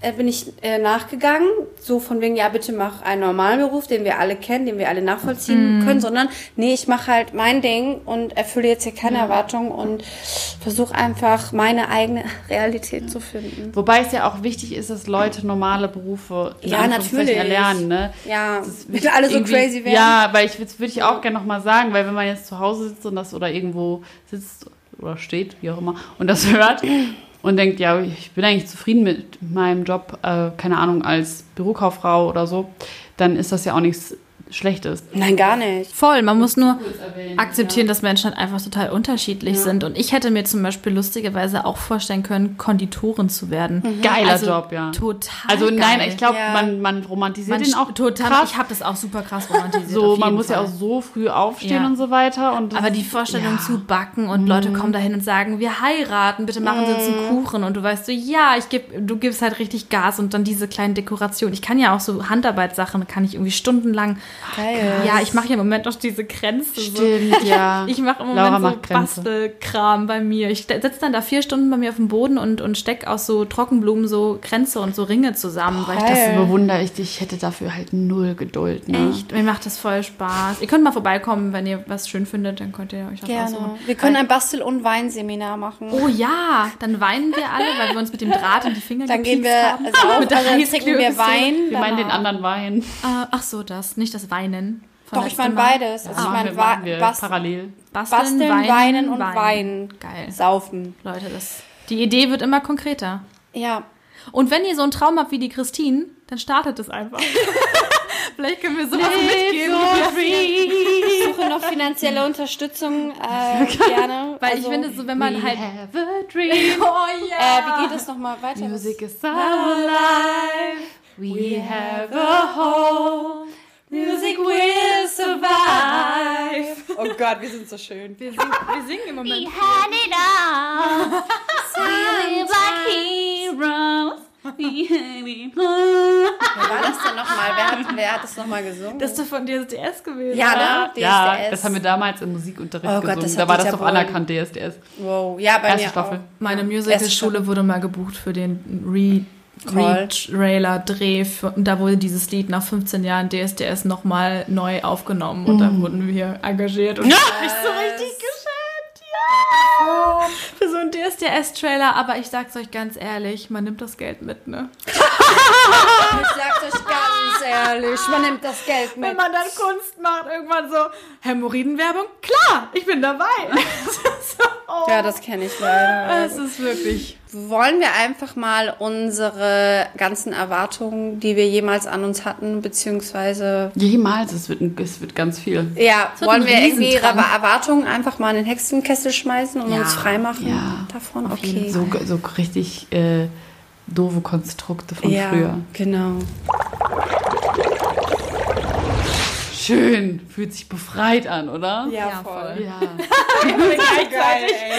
äh, bin ich äh, nachgegangen, so von wegen, ja, bitte mach einen normalen Beruf, den wir alle kennen, den wir alle nachvollziehen mm. können, sondern nee, ich mache halt mein Ding und erfülle jetzt hier keine ja. Erwartungen und versuche einfach meine eigene Realität ja. zu finden. Wobei es ja auch wichtig ist, dass Leute normale Berufe in ja, natürlich erlernen, ne? Ja, wenn alle so crazy werden. Ja, weil ich würde ich auch gerne nochmal sagen, weil wenn man jetzt zu Hause sitzt und das oder irgendwo sitzt oder steht, wie auch immer, und das hört und denkt, ja, ich bin eigentlich zufrieden mit meinem Job, äh, keine Ahnung, als Bürokauffrau oder so, dann ist das ja auch nichts Schlechtes. Nein, gar nicht. Voll, man muss nur akzeptieren, ja. dass Menschen halt einfach total unterschiedlich ja. sind. Und ich hätte mir zum Beispiel lustigerweise auch vorstellen können, Konditorin zu werden. Mhm. Geiler also, Job, ja. Total Also geil. Nein, ich glaube, ja. man, man romantisiert man den auch total. Krass. Ich habe das auch super krass romantisiert. So, man muss Fall. ja auch so früh aufstehen ja. und so weiter. Und aber die Vorstellung ja. zu backen und mhm. Leute kommen dahin und sagen, wir heiraten, bitte machen Sie uns einen Kuchen. Und du weißt so, ja, ich geb, du gibst halt richtig Gas und dann diese kleinen Dekorationen. Ich kann ja auch so Handarbeitssachen, kann ich irgendwie stundenlang. Geil. Ja, ich mache ja im Moment noch diese Grenze. Stimmt, so. ja. Ich mache im Moment so Bastelkram bei mir. Ich sitze dann da vier Stunden bei mir auf dem Boden und, und stecke aus so Trockenblumen so Kränze und so Ringe zusammen. Weil ich das bewundere ich. Ich hätte dafür halt null Geduld. Ne? Echt? Mir macht das voll Spaß. Ihr könnt mal vorbeikommen, wenn ihr was schön findet, dann könnt ihr euch das Gerne. aussuchen. Wir können ein Bastel- und Weinseminar machen. Oh ja, dann weinen wir alle, weil wir uns mit dem Draht in die Finger dann gehen wir haben. Also mit der also dann trinken wir Wein. Wir meinen den anderen Wein. Uh, ach so, das. Nicht das Weinen. Doch, ich meine beides. Also ah, ich meine Wa- wir Bas- parallel. Basteln, Basteln weinen, weinen und weinen. weinen. Geil. Saufen. Leute, das, die Idee wird immer konkreter. Ja. Und wenn ihr so einen Traum habt wie die Christine, dann startet es einfach. Vielleicht können wir sowas mitgeben. So ich suche noch finanzielle Unterstützung äh, gerne. Weil also, ich finde, so wenn man halt... have a dream. Oh ja. Äh, wie geht es nochmal weiter? Music is our life. We have a home. Music will survive. Oh Gott, wir sind so schön. Wir, sing, wir singen im Moment. We had it all. We live like heroes. We had it all. Wer war das denn nochmal? Wer hat, wer hat das nochmal gesungen? Das ist doch von D S D S gewesen. Ja, ne? D S D S. Ja, das haben wir damals im Musikunterricht oh Gott, gesungen. Da war das doch anerkannt, D S D S. Wow, ja, bei Erste mir Staffel. auch. Meine Musicalschule wurde mal gebucht für den Re- Re-Trailer-Dreh. Und da wurde dieses Lied nach fünfzehn Jahren D S D S nochmal neu aufgenommen. Und mm. da wurden wir engagiert. Und ja. das hat mich so richtig geschämt. Ja! Oh. Für so einen D S D S-Trailer. Aber ich sag's euch ganz ehrlich, man nimmt das Geld mit, ne? Ich sag's euch ganz ehrlich, man nimmt das Geld mit. Wenn man dann Kunst macht, irgendwann so, Hämorrhoidenwerbung? Klar, ich bin dabei. so, oh. Ja, das kenne ich leider. Es ist wirklich... Wollen wir einfach mal unsere ganzen Erwartungen, die wir jemals an uns hatten, beziehungsweise... Jemals, es wird, es wird ganz viel. Ja, wird wollen wir irgendwie ihre Riesentrank. Erwartungen einfach mal in den Hexenkessel schmeißen und Ja, uns freimachen ja, davon? auf Okay. jeden So, so richtig äh, doofe Konstrukte von Ja, früher. genau. Schön, fühlt sich befreit an, oder? Ja, Ja, voll. voll. Ja. Geil, ey.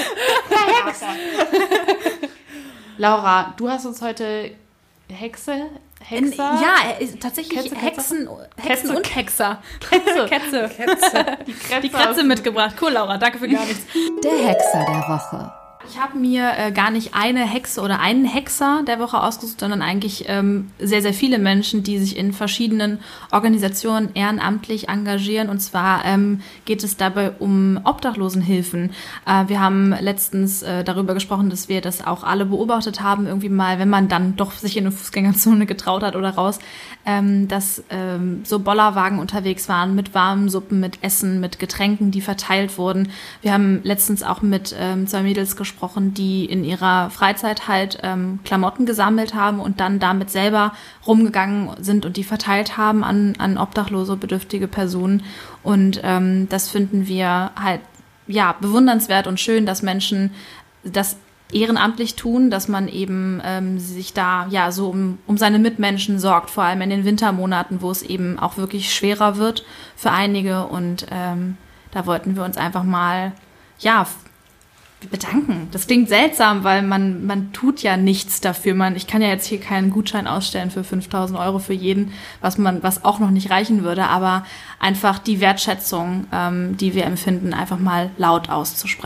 Laura, du hast uns heute Hexe, Hexer? Ja, er ist tatsächlich Ketze, Ketze? Hexen, Hexen Ketze. und Hexer. Ketze. Ketze. Ketze. Die Kretze, Die Kretze mitgebracht. Cool, Laura, danke für gar nichts. Der Hexer der Woche. Ich habe mir äh, gar nicht eine Hexe oder einen Hexer der Woche ausgesucht, sondern eigentlich ähm, sehr, sehr viele Menschen, die sich in verschiedenen Organisationen ehrenamtlich engagieren. Und zwar ähm, geht es dabei um Obdachlosenhilfen. Äh, wir haben letztens äh, darüber gesprochen, dass wir das auch alle beobachtet haben, irgendwie mal, wenn man dann doch sich in eine Fußgängerzone getraut hat oder raus, ähm, dass ähm, so Bollerwagen unterwegs waren mit warmen Suppen, mit Essen, mit Getränken, die verteilt wurden. Wir haben letztens auch mit ähm, zwei Mädels gesprochen, die in ihrer Freizeit halt ähm, Klamotten gesammelt haben und dann damit selber rumgegangen sind und die verteilt haben an, an obdachlose, bedürftige Personen. Und ähm, das finden wir halt ja bewundernswert und schön, dass Menschen das ehrenamtlich tun, dass man eben ähm, sich da ja so um, um seine Mitmenschen sorgt, vor allem in den Wintermonaten, wo es eben auch wirklich schwerer wird für einige. Und ähm, da wollten wir uns einfach mal ja bedanken. Das klingt seltsam, weil man man tut ja nichts dafür. Man, ich kann ja jetzt hier keinen Gutschein ausstellen für fünftausend Euro für jeden, was man was auch noch nicht reichen würde, aber einfach die Wertschätzung, ähm, die wir empfinden, einfach mal laut auszusprechen.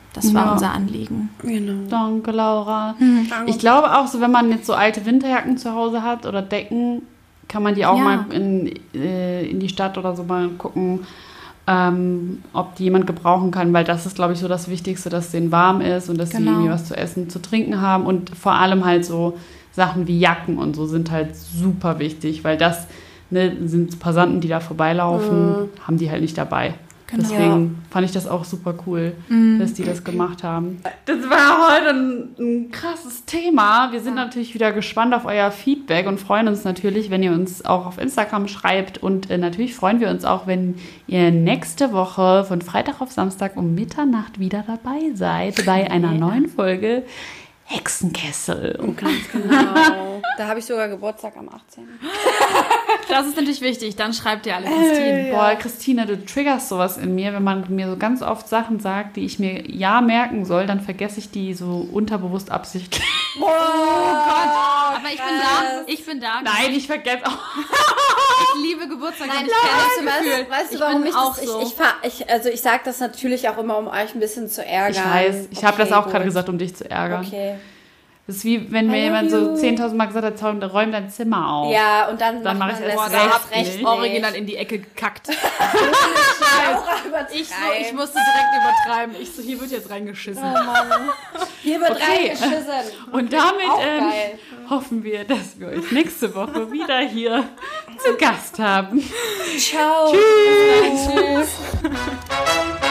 Das war Ja. unser Anliegen. Genau. Danke, Laura. Ich glaube auch, so wenn man jetzt so alte Winterjacken zu Hause hat oder Decken, kann man die auch Ja. mal in, äh, in die Stadt oder so mal gucken, ähm, ob die jemand gebrauchen kann, weil das ist, glaube ich, so das Wichtigste, dass denen warm ist und dass sie Genau. irgendwie was zu essen, zu trinken haben und vor allem halt so Sachen wie Jacken und so sind halt super wichtig, weil das ne, sind Passanten, die da vorbeilaufen, haben die halt nicht dabei. Genau. Deswegen fand ich das auch super cool, Mhm. dass die das gemacht haben. Das war heute ein, ein krasses Thema. Wir sind natürlich wieder gespannt auf euer Feedback und freuen uns natürlich, wenn ihr uns auch auf Instagram schreibt. Und äh, natürlich freuen wir uns auch, wenn ihr nächste Woche von Freitag auf Samstag um Mitternacht wieder dabei seid bei einer neuen Folge Hexenkessel. Oh, ganz Genau. Da habe ich sogar Geburtstag am achtzehnten Das ist natürlich wichtig. Dann schreibt ihr alle Christine. Boah, Christine, du triggerst sowas in mir, wenn man mir so ganz oft Sachen sagt, die ich mir ja merken soll, dann vergesse ich die so unterbewusst absichtlich. Aber ich bin da. Ich bin da. Nein, ich vergesse auch. Ich liebe Geburtstag. Nein, und ich kenne das weißt, Gefühl. du, weißt du, Ich warum bin ich auch das, so. ich, ich, fahr- ich, also ich sage das natürlich auch immer, um euch ein bisschen zu ärgern. Ich weiß, ich habe das Okay, auch gerade gut. gesagt, um dich zu ärgern. Okay. Das ist wie, wenn mir I jemand love so you. zehntausend Mal gesagt hat, räum räum dein Zimmer auf. Ja, und dann, Dann macht mach ich man es das erst erst recht recht nicht. Original in die Ecke gekackt. Ich, so, ich musste direkt übertreiben. Ich so, hier wird jetzt reingeschissen. Hier wird Okay. reingeschissen. Und damit Auch ähm, geil. hoffen wir, dass wir euch nächste Woche wieder hier zu Gast haben. Ciao. Tschüss. Tschüss.